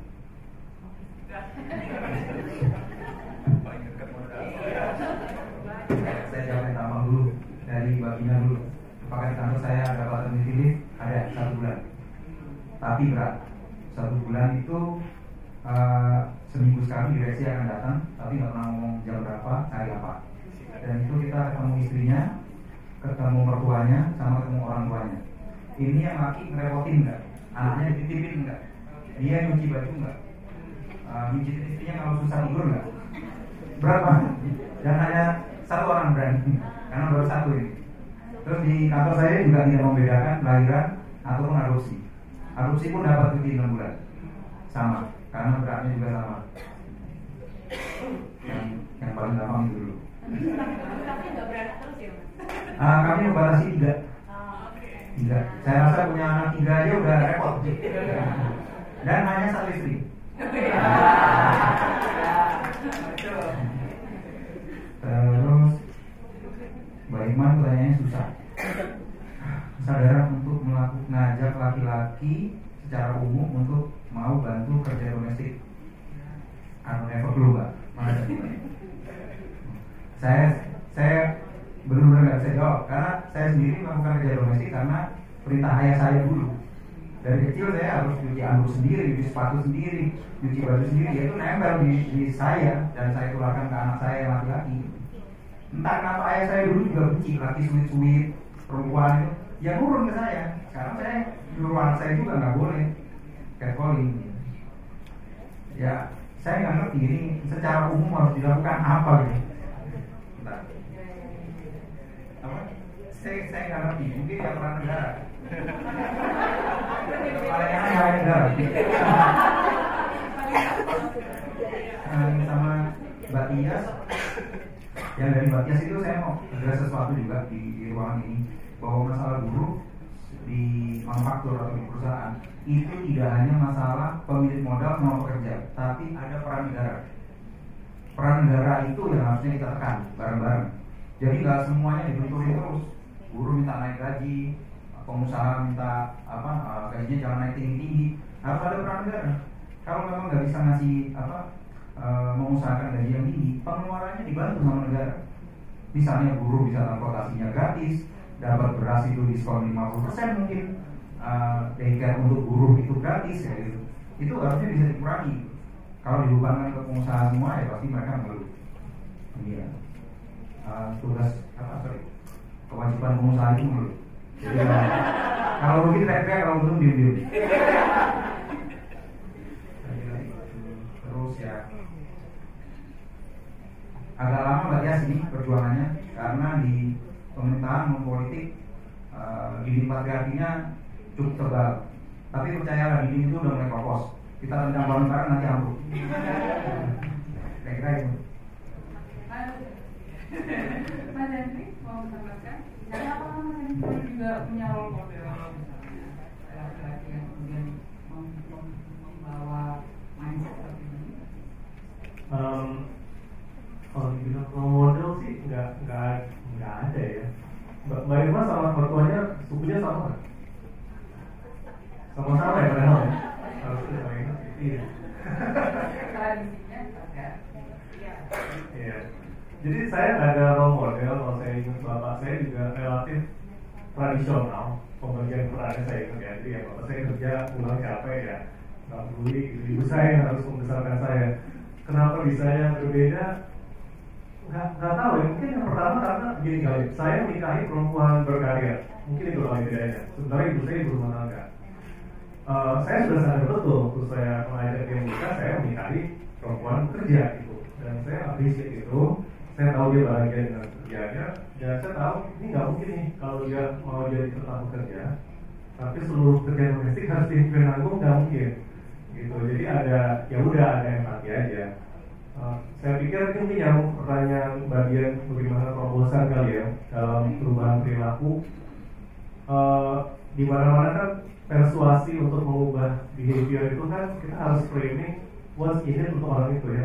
Saya jawab yang pertama dulu dari Mbak Bina dulu. Pakai kantor saya ada paternity leave ada satu bulan, tapi berat. Satu bulan itu uh, seminggu sekali direksi akan datang, tapi nggak pernah ngomong jam berapa, hari apa. Dan itu kita ketemu istrinya, ketemu mertuanya, sama ketemu orang tuanya. Ini yang laki ngerepotin nggak? Anaknya dititipin nggak? Dia nyuci baju nggak? Uh, nyuci istrinya kalau susah tidur nggak? Berat banget. Dan hanya satu orang berani, karena baru satu ini. Terus di kantor saya juga tidak membedakan lahiran ataupun adopsi. Adopsi pun dapat cuti enam bulan, sama, karena beratnya juga sama. Yang yang paling gampang itu dulu. Tapi nggak beranak terus ya, Mas? Ah, kami membatasi tiga. Tiga. Saya rasa punya anak tiga aja udah repot. Dan hanya satu istri. Terus Mbak Iman pertanyaannya susah. Kesadaran untuk melakukan ngajak laki-laki secara umum untuk mau bantu kerja domestik atau level dulu Mbak. Mana saya saya benar-benar nggak bisa jawab karena saya sendiri melakukan kerja domestik karena perintah ayah saya dulu. Dari kecil saya harus cuci anduk sendiri, cuci sepatu sendiri, cuci baju sendiri, itu nempel di, di saya dan saya tularkan ke anak saya yang laki-laki. Entah kenapa ayah saya dulu juga benci laki sulit-sulit perempuan itu, ya nurun ke saya. Sekarang saya dulu anak saya juga nggak boleh catcalling. Ya saya nggak ngerti ini secara umum harus dilakukan apa gitu. Entah. Apa? Saya saya nggak ngerti. Mungkin ya peran negara. Kepalanya yang negara. Sama Mbak Tias. Yang dari Mbak Tias itu saya mau ada sesuatu juga di, di ruangan ini, bahwa masalah buruh di manufaktur atau di perusahaan itu tidak hanya masalah pemilik modal sama pekerja, tapi ada peran negara. Peran negara itu yang harusnya kita tekan bareng-bareng. Jadi nggak semuanya dibenturin terus. Buruh minta naik gaji, pengusaha minta apa gajinya jangan naik tinggi-tinggi. Harus ada peran negara. Kalau memang nggak bisa ngasih apa e, mengusahakan gaji yang tinggi, pengeluarannya dibantu sama negara. Misalnya buruh bisa transportasinya gratis, dapat beras itu diskon lima puluh persen mungkin, uh, daycare untuk buruh itu gratis ya gitu. Itu harusnya bisa dikurangi. Kalau dibebankan ke pengusaha semua ya pasti mereka mengeluh. Ini ya uh, tugas apa sorry kewajiban pengusaha itu mengeluh. Jadi uh, kalau rugi teriak-teriak, kalau untung diem-diem. Terus ya agak lama Mbak Tias ini perjuangannya karena di pemerintahan non politik uh, dinding patriarkinya cukup tebal. Tapi percayalah dinding itu udah mulai kokos. Kita tendang bareng-bareng nanti ambruk. Kira-kira itu. Mas Henry mau menambahkan? Karena apa Mas Henry juga punya role model laki-laki yang kemudian membawa mindset seperti ini. Um, kalau dibilang role model sih nggak nggak nggak ada ya. Mbak Mbak Irma sama mertuanya sukunya sama nggak? Sama-sama ya padahal ya. Harusnya Mbak Irma iya. Tradisinya ya. Iya. Jadi saya nggak ada role model. Kalau saya ingat bapak saya juga relatif tradisional pembagian perannya saya ingat ya. Jadi ya bapak saya kerja pulang capek ya, nggak peduli. Ibu saya yang harus membesarkan saya. Kenapa bisa yang berbeda? Nggak nggak tahu ya. Mungkin yang pertama karena gini kali, saya menikahi perempuan berkarir. Mungkin itu kali bedanya. Sebenarnya ibu saya ibu rumah tangga. Uh, saya sudah sadar betul waktu saya mengajak dia menikah, saya menikahi perempuan kerja gitu. Dan saya appreciate itu. Saya tahu dia bahagia dengan kerjanya, dan saya tahu ini nggak mungkin nih kalau dia mau jadi tetap bekerja, tapi seluruh kerja domestik harus dia nanggung, nggak mungkin. Gitu. Jadi ada, ya udah ada empati aja. Uh, saya pikir ini yang pertanyaan bagian bagaimana terobosan kali ya dalam perubahan perilaku. Uh, di mana-mana kan persuasi untuk mengubah behavior itu kan kita harus framing what's in it untuk orang itu ya.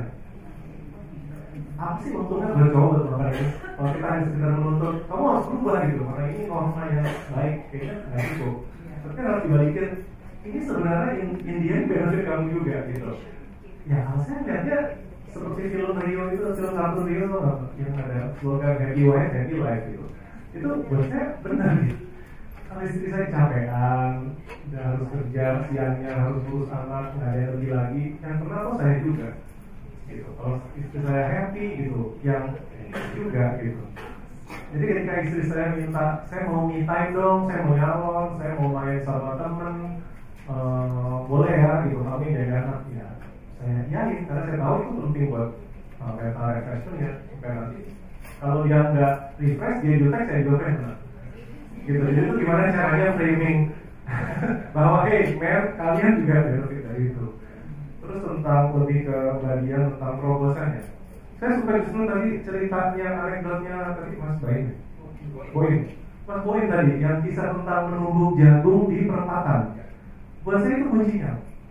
Apa sih untungnya buat kamu buat melakukan ini? Kalau kita hanya sekedar menuntut, kamu harus berubah gitu, karena ini norma yang baik, kayaknya nggak cukup. Tapi kan harus dibalikin, ini sebenarnya in, in the end benefit kamu juga gitu. Ya kalau saya lihatnya seperti film Rio itu, film kartun Rio yang ada slogan happy wife, happy life gitu. Itu buat saya benar gitu. Kalau istri saya capean, udah harus kerja siangnya, harus urus anak, nggak ada energi lagi, yang pernah kok saya juga. Gitu. Kalau istri saya happy gitu, yang juga gitu. Jadi ketika istri saya minta, saya mau me time dong, saya mau nyalon, saya mau main sama temen, uh, boleh ya gitu, tapi jaga anak ya. Saya yakin karena saya tahu itu penting buat uh, mental refreshment ya, supaya nanti kalau dia nggak refresh, dia jutek, saya jutek nah. Gitu. Jadi itu gimana caranya framing bahwa hey, men, kalian juga benefit dari itu. Terus tentang lebih ke bagian tentang terobosannya, saya suka di sini tadi ceritanya anekdotnya tadi Mas Bain, Boin, Mas Boin tadi yang kisah tentang menumbuk jagung di perempatan. Buat saya itu kuncinya.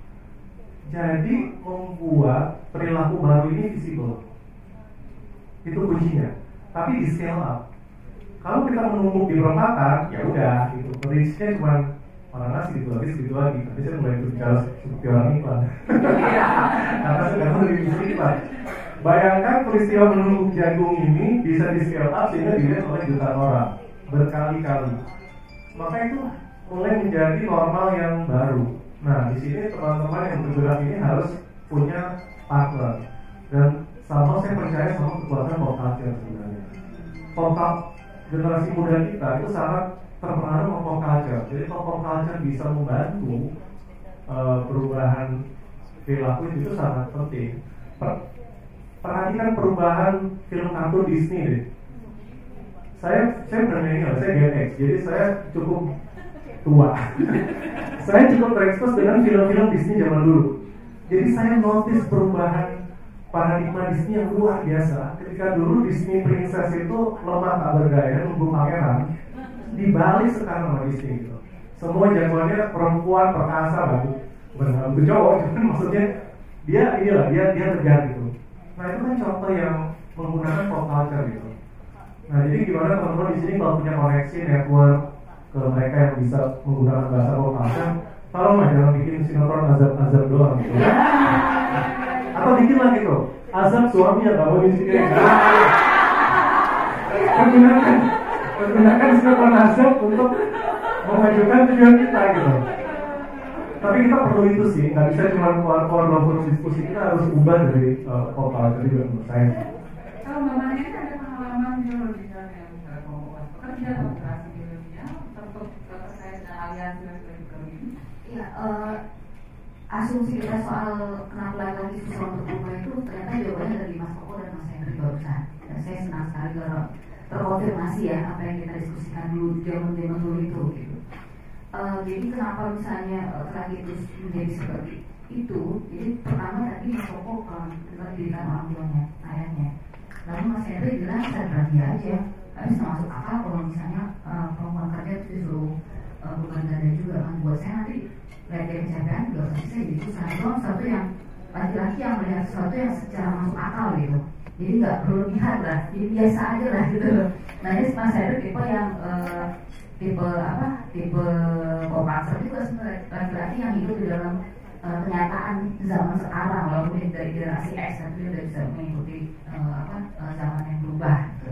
Jadi membuat perilaku baru ini visible, itu kuncinya. Tapi di scale up. Kalau kita menumbuk di perempatan, ya udah, itu reach-nya cuma malah nasi gitu lagi segitu lagi. Tapi saya mulai berbicara seperti orang iklan. Karena sudah lebih bisa iklan. Bayangkan peristiwa menumbuk jagung ini bisa di scale up sehingga dilihat oleh jutaan orang berkali-kali. Maka itu mulai menjadi normal yang baru. Nah di sini teman-teman yang bergerak ini harus punya partner. Dan sama saya percaya sama kekuatan pop culture sebenarnya. Pop generasi muda kita itu sangat terpengaruh sama pop culture. Jadi kalau pop culture bisa membantu uh, perubahan perilaku itu sangat penting. Per- perhatikan perubahan film kartun Disney deh. Saya saya bukan milenial, saya Gen X, jadi saya cukup tua. Saya cukup terekspos dengan film-film Disney zaman dulu. Jadi saya notice perubahan paradigma Disney yang luar biasa. Ketika dulu Disney Princess itu lemah tak berdaya, nunggu pangeran, dibalik sekarang sama Disney gitu. Semua jagoannya perempuan perkasa bagus, bukan cowok, cuman maksudnya dia inilah dia dia tegar gitu. Nah itu kan contoh yang menggunakan pop culture gitu. Nah jadi gimana teman-teman di sini kalau punya koneksi network ke mereka yang bisa menggunakan bahasa pop culture, tolonglah jangan bikin sinetron azab-azab doang gitu. Atau bikin lah gitu, azab suami yang gak mau di sini. Menggunakan menggunakan sinetron azab untuk memajukan tujuan kita gitu. Tapi kita perlu itu sih, nggak bisa cuma keluar-keluar dalam diskusi, kita harus ubah dari uh, pop culture juga menurut saya. Kalau Mbak Mania ada pengalaman dulu misalnya, misalnya mau kerja atau operasi di dunia, tertutup terkait dengan aliansi dan sebagainya. Iya, uh, asumsi kita soal kenapa lagi susah untuk berubah itu ternyata jawabannya dari Mas Koko dan Mas Henry barusan. Dan saya senang sekali kalau terkonfirmasi ya apa yang kita diskusikan dulu zaman-zaman dulu itu. Gitu. Uh, jadi kenapa misalnya uh, lagi terus menjadi seperti itu? Jadi pertama tadi Mas Koko uh, dengar cerita orang tuanya, ayahnya. Lalu Mas Henry bilang sadar dia aja. Tapi bisa masuk akal kalau misalnya uh, perempuan kerja itu disuruh uh, bukan dada juga kan. Buat saya nanti lihat dari kecapean juga pasti saya jadi susah. Itu sesuatu yang laki-laki yang melihat sesuatu yang secara masuk akal gitu. Jadi nggak berlebihan lah, jadi biasa aja lah gitu. Nah ini Mas Henry tipe yang uh, tipe apa? Tipe pop culture juga sebenarnya laki-laki yang hidup di dalam uh, kenyataan zaman sekarang, walaupun dari generasi X tapi udah bisa mengikuti uh, apa uh, zaman yang berubah gitu.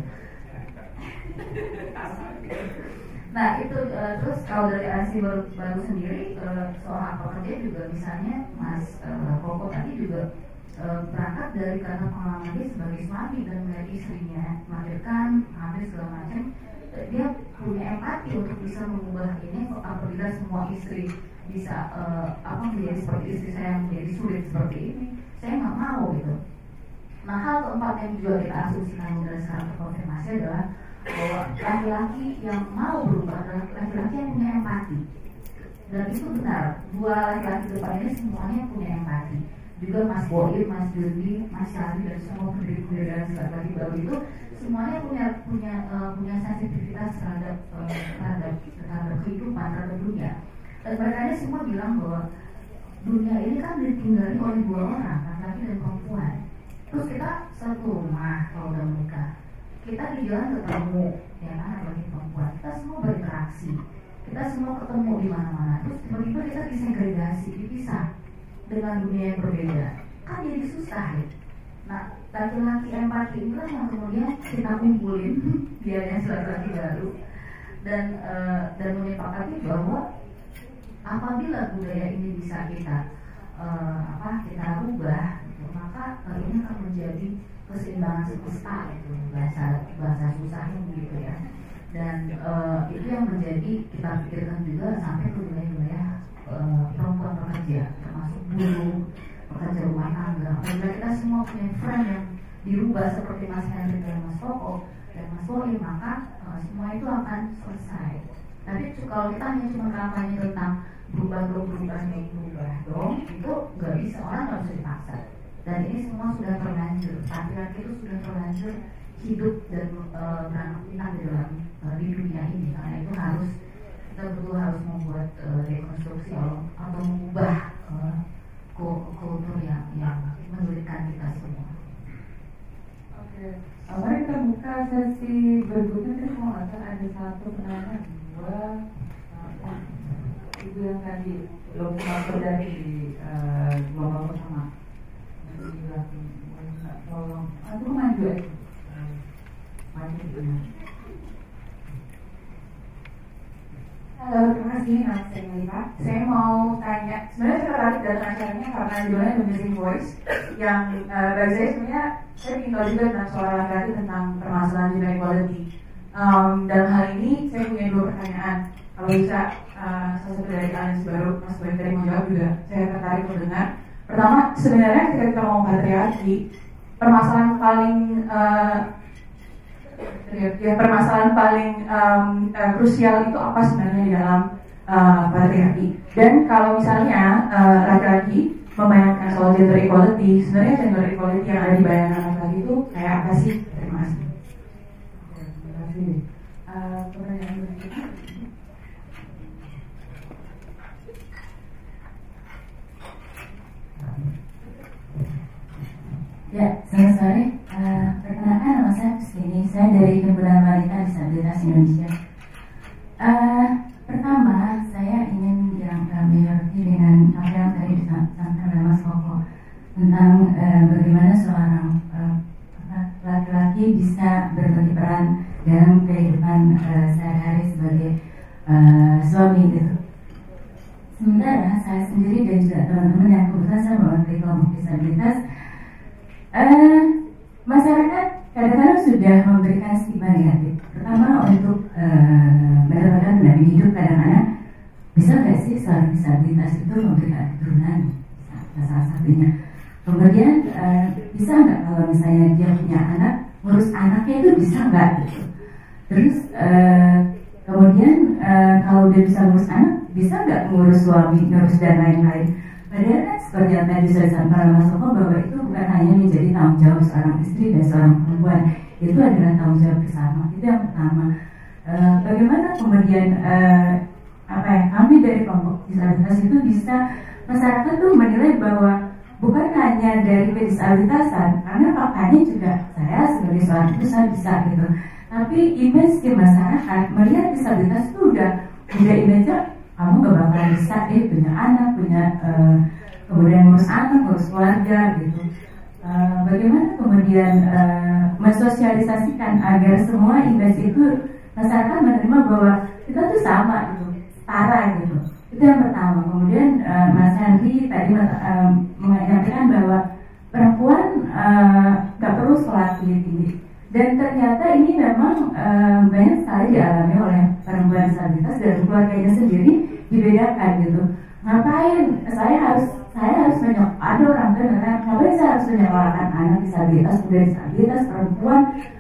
Nah itu uh, terus kalau dari generasi baru, baru sendiri uh, seorang pekerja juga misalnya Mas uh, Koko tadi juga uh, berangkat dari karena pengalaman dia sebagai suami dan melihat istrinya melahirkan, hamil segala macam, uh, dia punya empati untuk bisa mengubah ini. Apabila semua istri bisa uh, apa menjadi seperti istri saya yang menjadi sulit seperti ini, saya nggak mau gitu. Nah hal keempat yang juga kita asumsikan dari sekarang terkonfirmasi adalah bahwa laki-laki yang mau berubah adalah laki-laki yang punya empati. Dan itu benar, dua laki-laki depan ini semuanya punya empati. Juga Mas Boim, Mas Jurdi, Mas Syari dan semua pendiri-pendiri dan laki-laki baru itu semuanya punya punya uh, punya sensitivitas terhadap uh, terhadap terhadap kehidupan, terhadap dunia. Dan mereka ini semua bilang bahwa dunia ini kan ditinggali oleh dua orang, laki-laki dan perempuan. Terus kita satu rumah kalau udah menikah, kita di jalan ketemu, ya kan, apalagi perempuan, kita semua berinteraksi, kita semua ketemu di mana-mana. Terus tiba-tiba kita disegregasi, dipisah dengan dunia yang berbeda, kan jadi susah ya. Nah, laki-laki empati inilah yang kemudian kita kumpulin dia yang laki-laki baru dan uh, dan menyepakati bahwa apabila budaya ini bisa kita uh, apa kita rubah, gitu, maka uh, ini akan menjadi keseimbangan semesta itu bahasa bahasa susahnya begitu ya. Dan uh, itu yang menjadi kita pikirkan juga sampai ke wilayah-wilayah uh, perempuan pekerja, termasuk buruh, pekerja rumah tangga. Apabila kita semua punya frame yang dirubah seperti Mas Henry dan Mas Koko dan Mas Boim, maka uh, semua itu akan selesai. Tapi kalau kita hanya cuma kampanye tentang berubah dong, berubah dong, berubah dong, itu nggak bisa, orang nggak bisa dipaksa. Dan ini semua sudah terlanjur, laki-laki itu sudah terlanjur hidup dan uh, beraktivitas di dalam uh, di dunia ini. Karena itu harus kita betul harus membuat uh, rekonstruksi atau mengubah uh, kultur yang yang menyulitkan kita semua. Oke, mari kita buka sesi berikutnya. Jadi kalau nggak salah ada satu penanya dua uh, ibu yang tadi belum sempat dari di uh, gelombang pertama. Tolong, aku maju aja. Maju dulu. Halo, terima kasih Mas Emilita. Saya mau tanya, sebenarnya saya tertarik dengan acaranya karena judulnya The Missing Voice, yang uh, bagi saya sebenarnya saya ingin tahu juga tentang suara laki-laki tentang permasalahan gender equality. Um, dalam hal ini saya punya dua pertanyaan. Kalau bisa uh, salah satu dari analisis baru Mas Boim tadi mau jawab juga, saya tertarik mendengar. Pertama, sebenarnya ketika kita ngomong patriarki, permasalahan paling uh, ya, permasalahan paling um, uh, krusial itu apa sebenarnya di dalam uh, patriarki? Dan kalau misalnya uh, laki-laki membayangkan soal gender equality, sebenarnya gender equality yang ada di bayangan laki-laki itu kayak apa sih? Terima kasih. Terima kasih. Uh, pertanyaan berikutnya. Ya, selamat sore. Uh, perkenalkan nama saya Puspini. Saya dari Himpunan Wanita Disabilitas Indonesia. Uh, pertama, saya ingin bilang uh, menyoroti dengan apa yang tadi disampaikan oleh Mas Koko tentang uh, bagaimana seorang uh, laki-laki bisa berbagi peran dalam kehidupan uh, sehari-hari sebagai uh, suami gitu. Sementara saya sendiri dan juga teman-teman yang kebetulan saya mewakili kelompok disabilitas, Uh, masyarakat kadang-kadang sudah memberikan stigma negatif, terutama untuk uh, mendapatkan pendamping hidup. Kadang-kadang bisa nggak sih seorang disabilitas itu memberikan keturunan, salah satunya. Kemudian uh, bisa nggak kalau misalnya dia punya anak, ngurus anaknya itu bisa nggak gitu. Terus uh, kemudian uh, kalau dia bisa ngurus anak, bisa nggak ngurus suami, ngurus dan lain-lain. Padahal kan seperti yang tadi saya sampaikan Mas Koko, bahwa itu bukan hanya menjadi tanggung jawab seorang istri dan seorang perempuan, itu adalah tanggung jawab bersama. Itu yang pertama. E, bagaimana kemudian e, apa ya, kami dari kelompok disabilitas itu bisa, masyarakat tuh menilai bahwa bukan hanya dari kedisabilitasan, karena faktanya juga saya sebagai seorang ibu saya bisa gitu. Tapi image di masyarakat melihat disabilitas itu udah udah image kamu gak bakal bisa, eh punya anak, punya uh, kemudian ngurus anak, ngurus keluarga gitu. Uh, bagaimana kemudian uh, mensosialisasikan agar semua investasi itu masyarakat menerima bahwa kita tuh sama gitu, setara gitu. Itu yang pertama. Kemudian uh, Mas Henry tadi uh, menyampaikan bahwa perempuan nggak uh, perlu sekolah tinggi. Dan ternyata ini memang uh, banyak sekali dialami oleh perempuan disabilitas dan keluarganya sendiri dibedakan gitu. Ngapain saya harus saya harus menyekolahkan, ada orang tua yang ngapain saya harus menyekolahkan anak disabilitas, muda disabilitas, perempuan,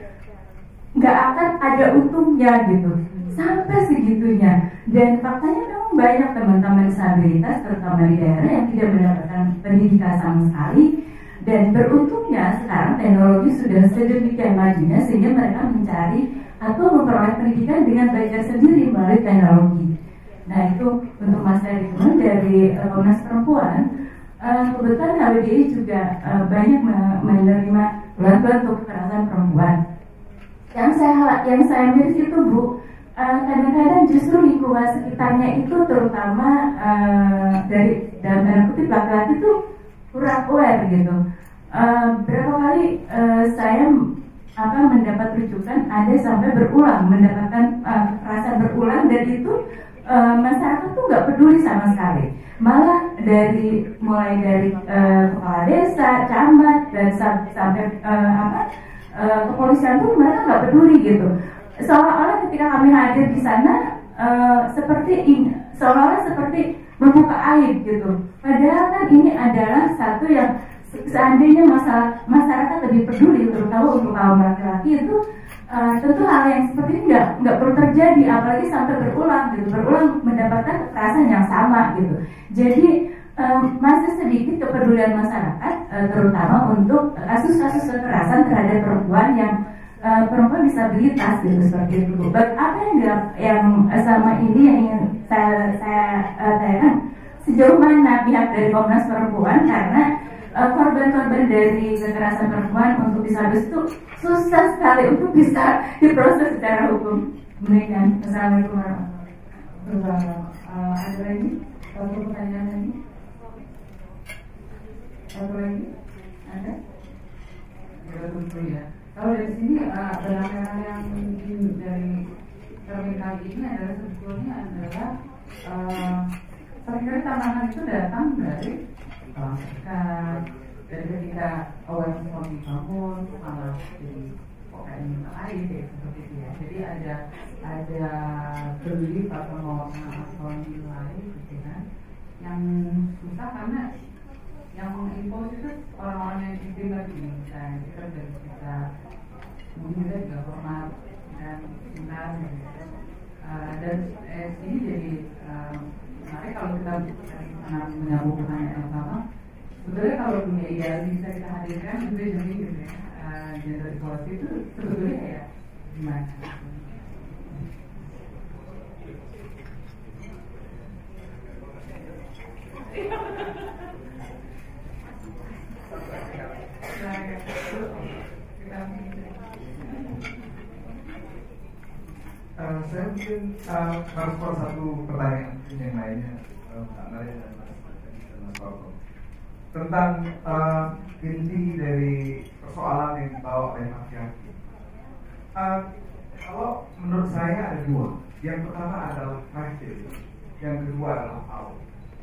nggak akan ada untungnya gitu. Sampai segitunya. Dan faktanya memang banyak teman-teman disabilitas terutama di daerah yang tidak mendapatkan pendidikan sama sekali. Dan beruntungnya sekarang teknologi sudah sedemikian majunya sehingga mereka mencari atau memperoleh pendidikan dengan belajar sendiri melalui teknologi. Nah itu untuk Mas Heri dari uh, Komnas Perempuan. Uh, kebetulan K B D I juga uh, banyak menerima bantuan untuk kekerasan perempuan. Yang saya yang saya miris itu Bu, uh, kadang-kadang justru lingkungan sekitarnya itu terutama uh, dari dalam tanda kutip laki-laki itu kurang aware gitu. Uh, berapa kali uh, saya apa mendapat rujukan ada sampai berulang mendapatkan uh, kekerasan berulang dan itu uh, masyarakat tuh nggak peduli sama sekali. Malah dari mulai dari uh, kepala desa, camat dan sam sampai uh, apa uh, kepolisian pun mereka nggak peduli gitu. Seolah-olah ketika kami hadir di sana uh, seperti ini, seolah-olah seperti membuka aib gitu. Padahal kan ini adalah satu yang seandainya masalah masyarakat lebih peduli terutama untuk kaum laki-laki itu uh, tentu hal yang seperti ini nggak nggak perlu terjadi apalagi sampai berulang gitu berulang mendapatkan kekerasan yang sama gitu. Jadi um, masih sedikit kepedulian masyarakat uh, terutama untuk kasus-kasus kekerasan terhadap perempuan yang uh, perempuan disabilitas gitu seperti itu. But apa yang yang selama ini yang ingin saya saya uh, tanyakan sejauh mana pihak dari Komnas Perempuan karena korban-korban uh, dari kekerasan perempuan untuk disabilitas itu susah sekali untuk bisa diproses secara hukum. Demikian. Assalamualaikum warahmatullahi wabarakatuh. Uh, ada lagi? Satu pertanyaan lagi? Satu lagi? Ada? Ya tentu ya. Kalau dari sini uh, benang-benang yang dari termin kali ini adalah sebetulnya adalah uh, seringkali tantangan itu datang dari ketika dari ketika awareness mau dibangun malah jadi kok kayak minta air kayak seperti itu ya. Jadi ada ada belief atau norma atau nilai gitu kan yang susah karena yang mengimpos itu orang-orang yang itu lagi misalnya kita dari kita mungkin kita juga hormat dan cinta gitu. Uh, dan eh, ini jadi uh, menarik kalau kita menyambung pertanyaan yang sama. Sebetulnya kalau dunia ideal bisa kita hadirkan itu jadi gitu ya, uh, gender equality itu sebetulnya ya gimana? Uh, saya mungkin uh, merespon satu pertanyaan yang lainnya uh, Mbak Maria dan Mas Koko tentang uh, inti dari persoalan yang dibawa oleh laki-laki. Uh, kalau menurut saya ada dua. Yang pertama adalah privilege, yang kedua adalah power.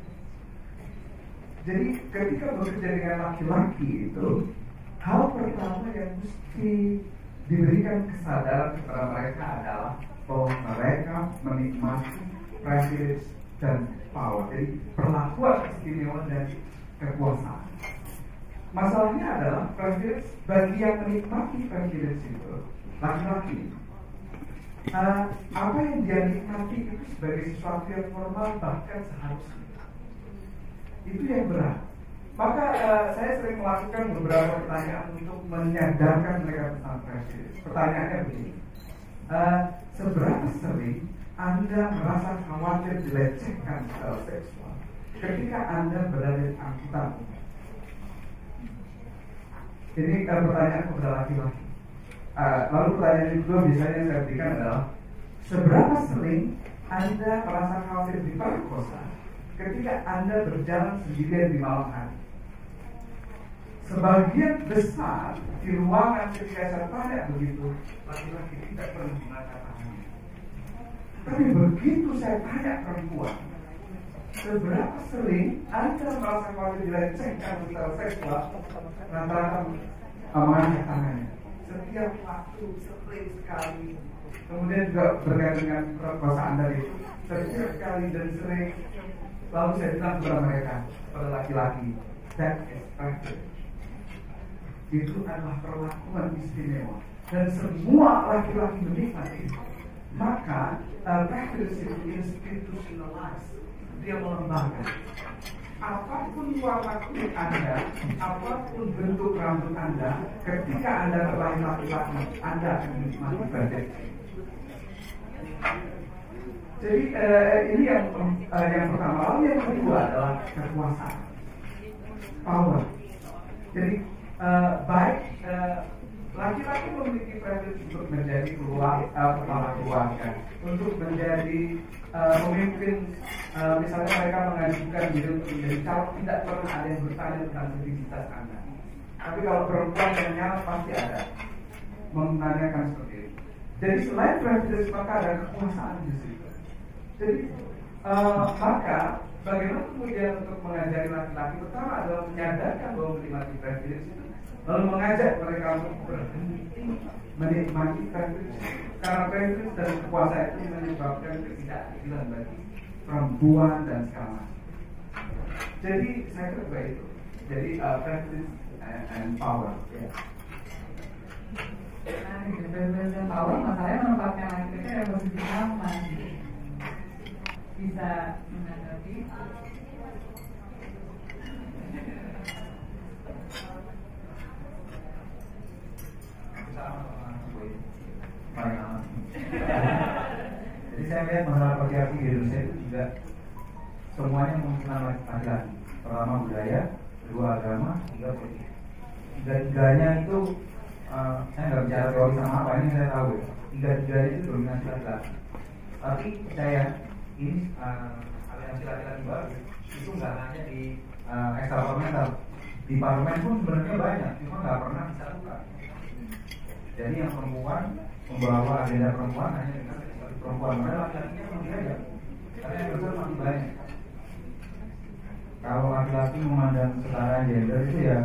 Jadi ketika bekerja dengan laki-laki itu, hal pertama yang mesti diberikan kesadaran kepada mereka adalah bahwa mereka menikmati privilege dan power. Jadi perlakuan istimewa dan kekuasaan. Masalahnya adalah privilege bagi yang menikmati privilege itu laki-laki. Uh, apa yang dia nikmati itu sebagai sesuatu yang normal bahkan seharusnya. Itu yang berat. Maka uh, saya sering melakukan beberapa pertanyaan untuk menyadarkan mereka tentang privilege. Pertanyaannya begini. Uh, seberapa sering Anda merasa khawatir dilecehkan secara seksual ketika Anda berada di angkutan umum? Ini kan pertanyaan kepada laki-laki. Uh, lalu pertanyaan yang kedua biasanya yang saya berikan adalah seberapa sering Anda merasa khawatir diperkosa ketika Anda berjalan sendirian di malam hari. Sebagian besar di ruangan ketika saya tanya begitu, laki-laki tidak pernah mengangkat tangannya. Tapi begitu saya tanya perempuan, seberapa sering Anda merasa khawatir dilecehkan secara seksual, rata-rata mengangkat tangannya. Setiap waktu sering sekali. Kemudian juga berkaitan dengan perkosaan dari itu, setiap sekali dan sering. Lalu saya bilang kepada mereka, pada laki-laki, that is practice. Itu adalah perlakuan istimewa dan semua laki-laki menikmati. Maka uh, practice itu institutionalized, dia mengembangkan. Apapun warna kulit Anda, apapun bentuk rambut Anda, ketika Anda terlahir laki-laki, Anda akan menikmati practice. Jadi uh, ini yang uh, yang pertama. Lalu yang kedua adalah kekuasaan, power. Jadi uh, baik uh, laki-laki memiliki privilege untuk menjadi keluarga, uh, kepala keluarga, untuk menjadi uh, pemimpin. Uh, misalnya mereka mengajukan diri untuk menjadi calon, tidak pernah ada yang bertanya tentang identitas Anda. Tapi kalau perempuan yang nyala pasti ada menanyakan seperti itu. Jadi selain privilege maka ada kekuasaan di situ. Jadi uh, maka bagaimana kemudian untuk mengajari laki-laki, pertama adalah menyadarkan bahwa menikmati privilege itu, lalu mengajak mereka untuk berhenti menikmati privilege, karena privilege dan kekuasaan itu menyebabkan ketidakadilan bagi perempuan dan segala macam. Jadi saya kira itu. Jadi uh, privilege and, and power. Yeah. Nah, gitu, privilege dan power, masalahnya menempatkan laki-laki yang posisi aman. Bisa menghadapi paling aman. Jadi saya lihat masalah patriarki di Indonesia itu juga semuanya mengenai laki-laki. Pertama budaya, kedua agama, tiga politik. Tiga-tiganya itu uh, saya nggak bicara teori sama apa, ini saya tahu ya. Tiga-tiganya itu dominasi laki-laki. Tapi saya ini uh, aliansi laki-laki baru itu nggak hanya di uh, ekstraparlamenter, di parlemen pun sebenarnya banyak, cuma nggak pernah disatukan. Jadi yang perempuan membawa agenda perempuan hanya dengan perempuan, padahal laki-lakinya lebih aja, tapi yang besar masih banyak. Kalau laki-laki memandang setara gender itu ya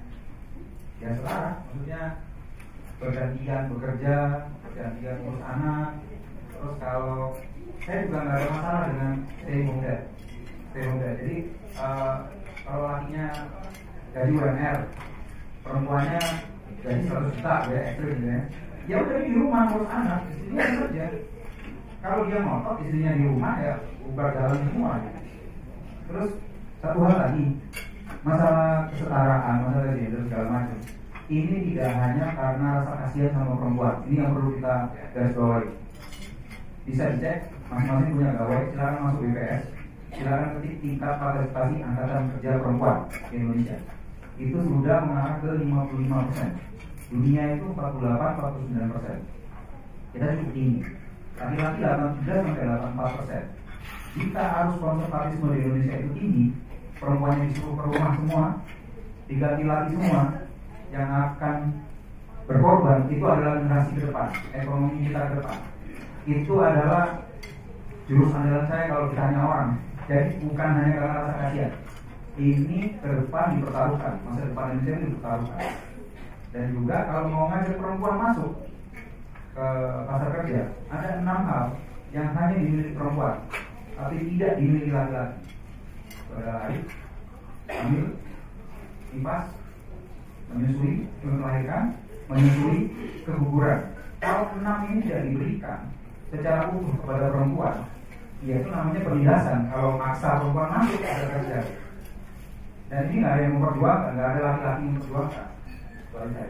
ya setara, maksudnya bergantian bekerja, bergantian ngurus anak. Terus kalau saya juga nggak ada masalah dengan stay muda, stay muda. Jadi uh, kalau lakinya gaji U M R, perempuannya gaji seratus juta, ya ekstrim ya. Ya udah di rumah ngurus anak, istrinya kerja. Kalau dia ngotot, istrinya di rumah ya bubar jalan semua. Ya. Terus satu hal lagi, masalah kesetaraan, masalah gender segala macam. Ini tidak hanya karena rasa kasihan sama perempuan. Ini yang perlu kita garis bawahi. Bisa dicek, masing-masing punya gawai, silakan masuk B P S, silakan ketik tingkat partisipasi angkatan kerja perempuan di Indonesia. Itu sudah mengarah ke lima puluh lima persen. Dunia itu empat puluh delapan sampai empat puluh sembilan persen. Kita cukup tinggi. Laki-laki delapan puluh tiga sampai delapan puluh empat persen. Jika arus konservatisme di Indonesia itu tinggi, perempuannya disuruh ke rumah semua, diganti laki semua, yang akan berkorban itu adalah generasi ke depan, ekonomi kita ke depan. Itu adalah jurus andalan saya kalau ditanya orang. Jadi bukan hanya karena rasa kasihan. Ini ke depan dipertaruhkan, masa depan Indonesia ini dipertaruhkan. Dan juga kalau mau ngajak perempuan masuk ke pasar kerja, ada enam hal yang hanya dimiliki perempuan, tapi tidak dimiliki laki-laki. Pada hari hamil, nifas, menyusui, melahirkan, menyusui, keguguran. Kalau enam ini tidak diberikan secara utuh kepada perempuan, yaitu namanya penindasan. Kalau maksa perempuan masuk ke pasar kerja, dan ini nggak ada yang memperjuangkan, nggak ada laki-laki yang memperjuangkan. Kecuali saya.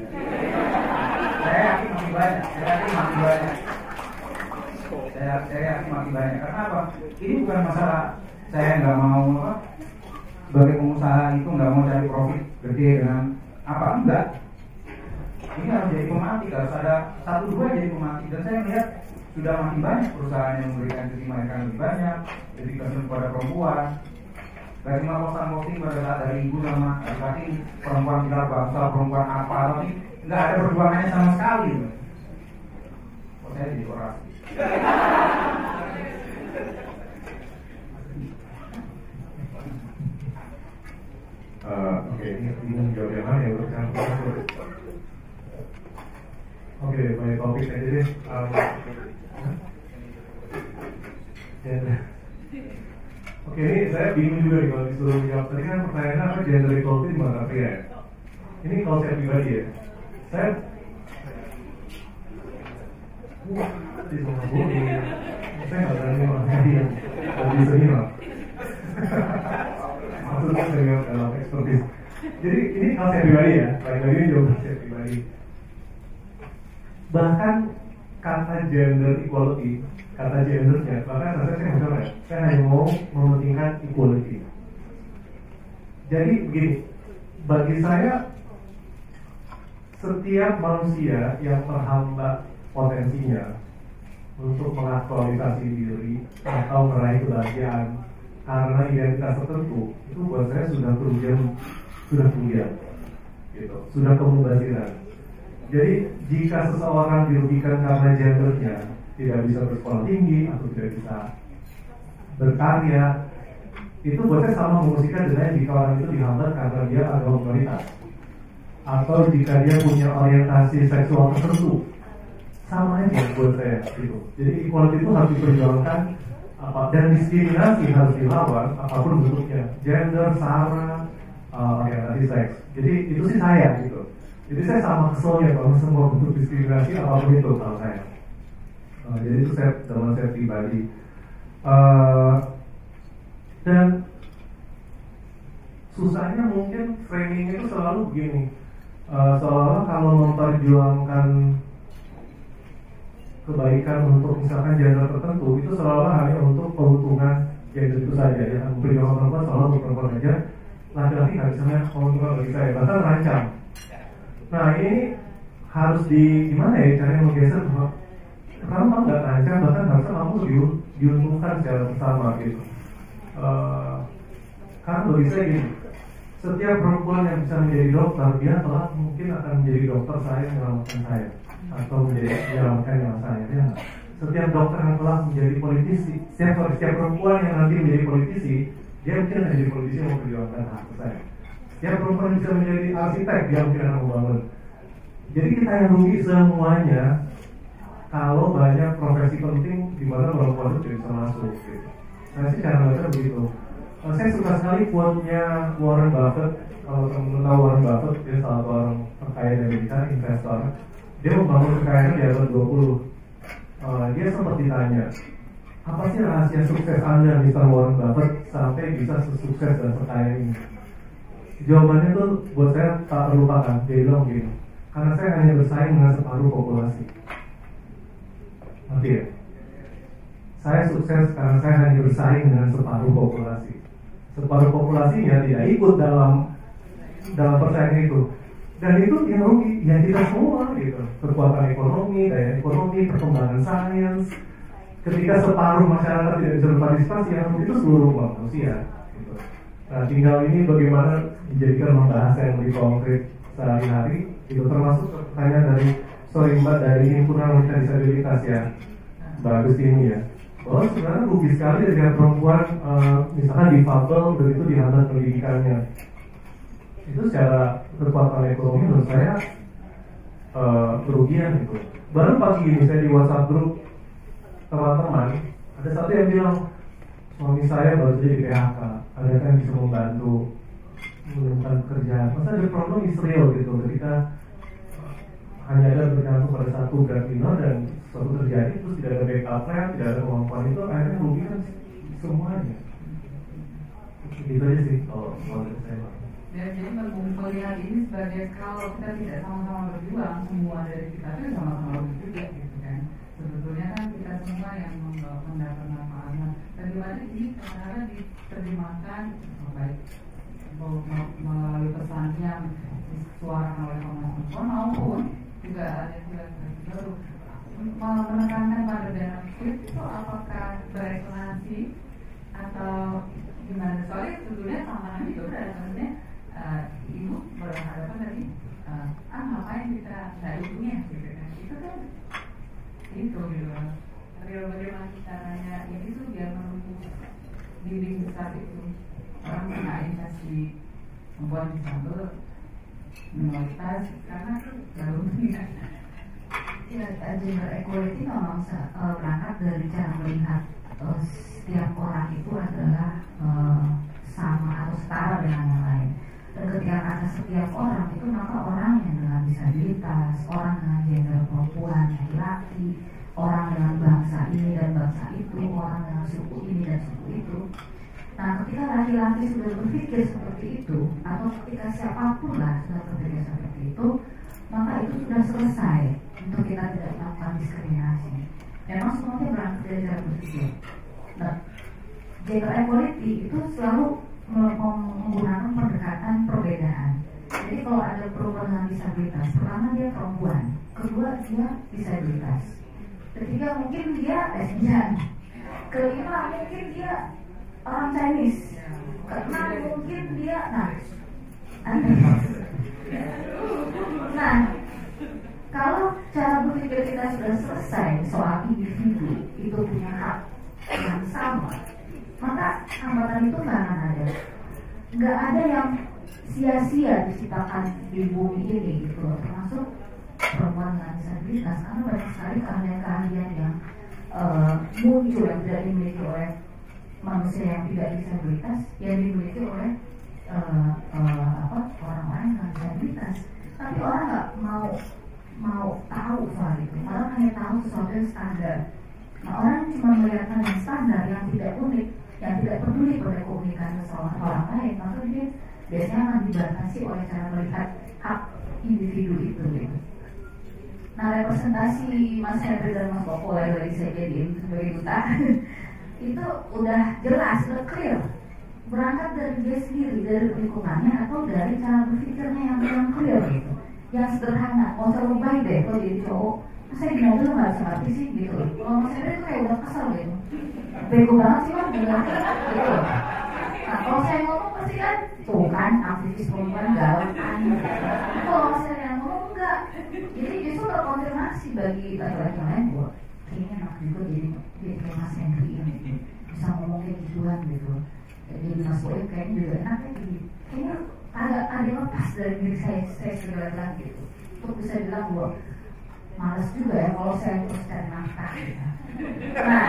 Saya yakin masih banyak. Saya yakin masih banyak. Saya, saya yakin masih banyak. Karena apa? Ini bukan masalah saya nggak mau apa. Sebagai pengusaha itu nggak mau cari profit gede dengan apa, enggak. Ini harus jadi pematik, harus ada satu dua jadi pematik. Dan saya melihat sudah makin banyak perusahaan yang memberikan cuti melahirkan lebih banyak, dedikasi kepada perempuan. Gak cuma posting-posting pada saat hari ibu sama laki perempuan kita bangsa, perempuan apa, tapi nggak ada perjuangannya sama sekali. Kok saya jadi orasi? Uh, Oke, okay, ini bingung jawab yang mana ya, Oke, okay, banyak topik aja deh. Um, ya, Oke, okay, ini saya bingung juga nih kalau disuruh menjawab. Tadi kan pertanyaannya apa, gender equality di mana pria ya? Ini kalau saya pribadi ya, saya wah, di sana boleh. Saya nggak berani orang yang lebih seni lah. Maksudnya saya dalam ekspertis. Jadi ini kalau saya pribadi ya, lagi-lagi ini jawaban saya pribadi. Bahkan kata gender equality, kata gendernya, bahkan saya saya mencoba, saya hanya mau mementingkan equality. Jadi begini, bagi saya setiap manusia yang terhambat potensinya untuk mengaktualisasi diri atau meraih kebahagiaan karena identitas tertentu, itu buat saya sudah kerugian, sudah kerugian, gitu, sudah kemubaziran. Jadi jika seseorang dirugikan karena gendernya, tidak bisa bersekolah tinggi atau tidak bisa berkarya, itu buat saya sama mengusikan dengan jika orang itu dihambat karena dia agama minoritas, atau jika dia punya orientasi seksual tertentu, sama aja buat saya gitu. Jadi equality itu harus diperjuangkan, apa, dan diskriminasi harus dilawan apapun bentuknya, gender, sara, uh, orientasi seks. Jadi itu sih saya gitu. Jadi saya sama keselnya kalau semua bentuk diskriminasi apapun itu kalau saya. Uh, jadi itu saya dalam saya pribadi. Uh, dan susahnya mungkin framing itu selalu begini, uh, seolah-olah kalau memperjuangkan kebaikan untuk misalkan gender tertentu itu seolah-olah hanya untuk keuntungan gender itu saja ya. Perjuangan perempuan selalu untuk perempuan aja, laki-laki nggak bisa keuntungan bagi saya, bahkan rancang. Nah ini harus di gimana ya caranya menggeser bahwa karena kamu nggak rancang, bahkan harusnya kamu di, diuntungkan secara bersama gitu. Uh, karena bagi saya gini, setiap perempuan yang bisa menjadi dokter, dia telah mungkin akan menjadi dokter saya yang menyelamatkan saya, atau menjadi menyelamatkan yang saya. Ya. Setiap dokter yang telah menjadi politisi, setiap, setiap perempuan yang nanti menjadi politisi, dia mungkin akan menjadi politisi yang memperjuangkan hak saya. Setiap perempuan yang bisa menjadi arsitek, dia mungkin akan membangun. Jadi kita yang rugi semuanya kalau banyak profesi penting di mana perempuan itu tidak bisa masuk. Gitu. Nah sih cara baca begitu. Saya suka sekali quote-nya Warren Buffett. Kalau teman-teman tahu Warren Buffett, dia salah satu orang terkaya di Amerika, investor. Dia membangun kekayaan di abad dua puluh. Uh, dia sempat ditanya, apa sih rahasia sukses Anda, mister Warren Buffett, sampai bisa sesukses dan sekaya ini? Jawabannya tuh buat saya tak terlupakan. Dia bilang gini, karena saya hanya bersaing dengan separuh populasi. Nanti ya, saya sukses karena saya hanya bersaing dengan separuh populasi. Separuh populasinya tidak ikut dalam dalam persaingan itu. Dan itu yang rugi, ya kita semua gitu. Kekuatan ekonomi, daya ekonomi, perkembangan sains. Ketika separuh masyarakat tidak bisa berpartisipasi, yang rugi itu seluruh manusia gitu. Nah tinggal ini bagaimana dijadikan membahas yang lebih konkret sehari-hari itu, termasuk pertanyaan dari sorry mbak dari himpunan wanita disabilitas ya, bagus ini ya, bahwa sebenarnya rugi sekali dengan perempuan uh, misalkan difabel begitu dihambat pendidikannya. Itu secara kekuatan ekonomi menurut saya uh, kerugian gitu. Baru pagi ini saya di WhatsApp grup teman-teman, ada satu yang bilang suami saya baru jadi P H K, ada yang bisa membantu menemukan pekerjaan. Masa ada problem Israel gitu ketika hanya ada bergantung pada satu breadwinner dan suatu terjadi terus tidak ada backup plan, tidak ada kemampuan, itu akhirnya merugikan semuanya. Gitu aja sih kalau menurut saya. Dan jadi melihat ini sebagai kalau kita tidak sama-sama berjuang, semua dari kita itu sama-sama rugi juga gitu kan. Sebetulnya kan kita semua yang mendapat manfaatnya. Dan dimana ini kadang-kadang diterjemahkan baik melalui pesannya disuarakan oleh Komnas Perempuan maupun juga ada juga baru mau menekankan pada benefit itu apakah beresonansi atau gimana? Soalnya sebetulnya tantangan itu udah sebenarnya uh, ibu berhadapan tadi uh, ah ngapain kita nggak ibunya gitu kan? Itu kan itu gitu kan. Real bagaimana caranya ini tuh biar menumbuh dinding besar itu orang kena investasi perempuan disabel minoritas karena baru tidak. Ya, gender equality memang uh, berangkat dari cara melihat uh, setiap orang itu adalah uh, sama atau setara dengan yang lain. Dan ketika kata setiap orang itu maka orang yang dengan disabilitas, orang dengan gender perempuan, laki-laki, orang dengan bangsa ini dan bangsa itu, orang dengan suku ini dan suku itu. Nah, ketika laki-laki sudah berpikir seperti itu, atau ketika siapapun lah sudah berpikir seperti itu, maka itu sudah selesai untuk kita tidak melakukan diskriminasi. Memang semuanya berangkat dari cara berpikir. Nah, gender equality itu selalu menggunakan pendekatan perbedaan. Jadi kalau ada perempuan dengan disabilitas, pertama dia perempuan, kedua dia disabilitas, ketiga mungkin dia lesbian, kelima mungkin dia orang Chinese, keenam mungkin dia nah aneh. Nah, kalau cara berpikir kita sudah selesai soal individu itu punya hak yang sama, maka hambatan itu nggak akan ada. Nggak ada yang sia-sia diciptakan di bumi ini gitu, termasuk perempuan dengan disabilitas, karena banyak sekali keahlian-keahlian yang uh, muncul yang tidak dimiliki oleh manusia yang tidak disabilitas, yang dimiliki oleh uh, uh, apa orang-orang dengan disabilitas. Tapi orang nggak mau mau tahu soal itu, orang hanya tahu sesuatu yang standar. Nah, orang cuma melihatkan yang standar yang tidak unik, yang tidak peduli pada keunikan seseorang orang lain, maka dia biasanya akan dibatasi oleh cara melihat hak individu itu gitu. Nah, representasi Mas Henry dan Mas Koko lagi saya jadi sebagai duta itu udah jelas, udah clear, berangkat dari dia sendiri, dari lingkungannya atau dari cara berpikirnya yang yang clear gitu, yang sederhana. Mau usah lebay deh kalau jadi cowok, saya di mobil nggak bisa ngerti sih gitu. Kalau Mas Henry itu kayak udah kesel gitu, bego banget sih Mas bilang gitu. Nah, kalau saya ngomong pasti kan tuh kan aktivis perempuan galak kan. Kalau Mas Henry yang ngomong enggak, jadi justru terkonfirmasi bagi laki-laki lain bahwa kayaknya enak juga jadi jadi kayak Mas Henry ini bisa ngomong kayak gituan gitu. Jadi Mas Boy kayaknya juga enak ya gitu. Kayaknya agak ada lepas dari diri saya saya sebagai laki gitu. Untuk bisa bilang bahwa males juga ya kalau saya terus cari nafkah gitu. Nah,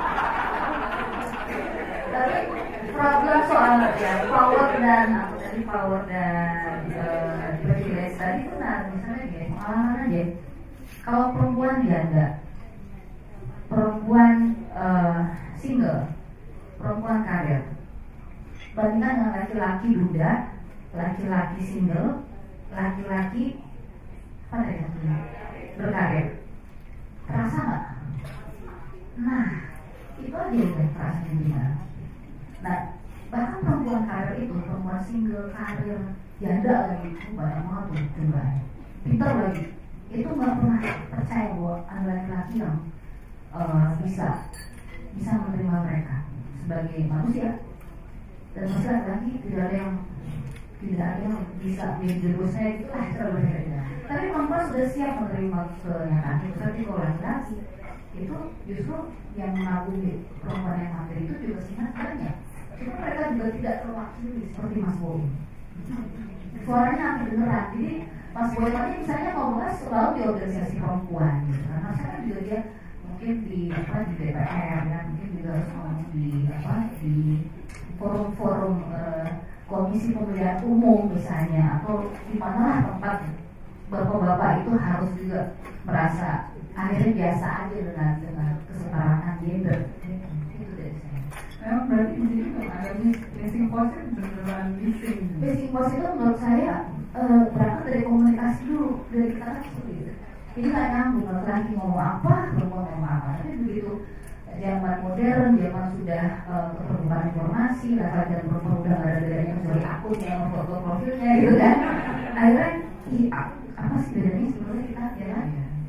tapi problem soal ya power dan apa tadi power dan uh, privilege tadi itu nah misalnya gini pengalaman aja. Kalau perempuan janda, perempuan uh, single, perempuan karir, bandingkan dengan laki-laki duda, laki-laki single, laki-laki apa tadi satunya berkarir, terasa nggak? Nah, itu aja udah terasanya gimana. Nah, bahkan perempuan karir itu, perempuan single, karir, janda lagi, itu banyak banget tuh jumlahnya. Pintar lagi, itu nggak pernah percaya bahwa ada laki-laki yang uh, bisa bisa menerima mereka sebagai manusia. Dan masih laki-laki tidak ada yang tidak ada yang bisa menjadi bosnya itu lah sebenarnya. Tapi perempuan sudah siap menerima kenyataan itu. Tapi kalau laki-laki itu justru yang mengagumi perempuan yang hampir itu juga sangat banyak. Cuma mereka juga tidak terwakili seperti Mas Boy. Suaranya hampir beneran. Jadi Mas Boy tadi misalnya ngomongnya selalu di organisasi perempuan gitu. Karena saya juga dia mungkin di apa di D P R ya, mungkin juga harus ngomong di apa di forum-forum eh, komisi pemilihan umum misalnya, atau di mana tempat bapak-bapak itu harus juga merasa akhirnya biasa aja dengan dengan kesetaraan gender. Itu dari saya. Memang berarti di sini tuh ada missing post beneran missing. Missing post itu menurut saya uh, berangkat dari komunikasi dulu, dari kita kan seperti itu. Jadi nggak nyambung, laki-laki ngomong apa, perempuan ngomong apa. Tapi begitu zaman modern, zaman sudah uh, keterbukaan informasi, laki-laki dan perempuan udah nggak ada bedanya kecuali akunnya, foto profilnya gitu kan. Akhirnya, ih, apa sih bedanya sebenarnya kita ya kan?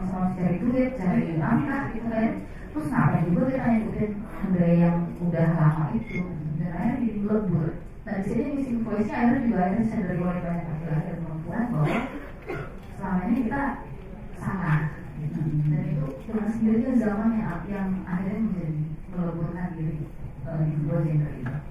sama-sama cari duit, cari nafkah gitu kan. Terus ngapain juga kita ngikutin budaya yang udah lama itu, dan akhirnya jadi lebur. Nah di sini missing voice-nya akhirnya juga akhirnya sadar oleh banyak laki-laki dan perempuan bahwa selama ini kita salah, dan itu dengan sendirinya zaman yang, yang akhirnya menjadi meleburkan diri uh, di dua gender itu.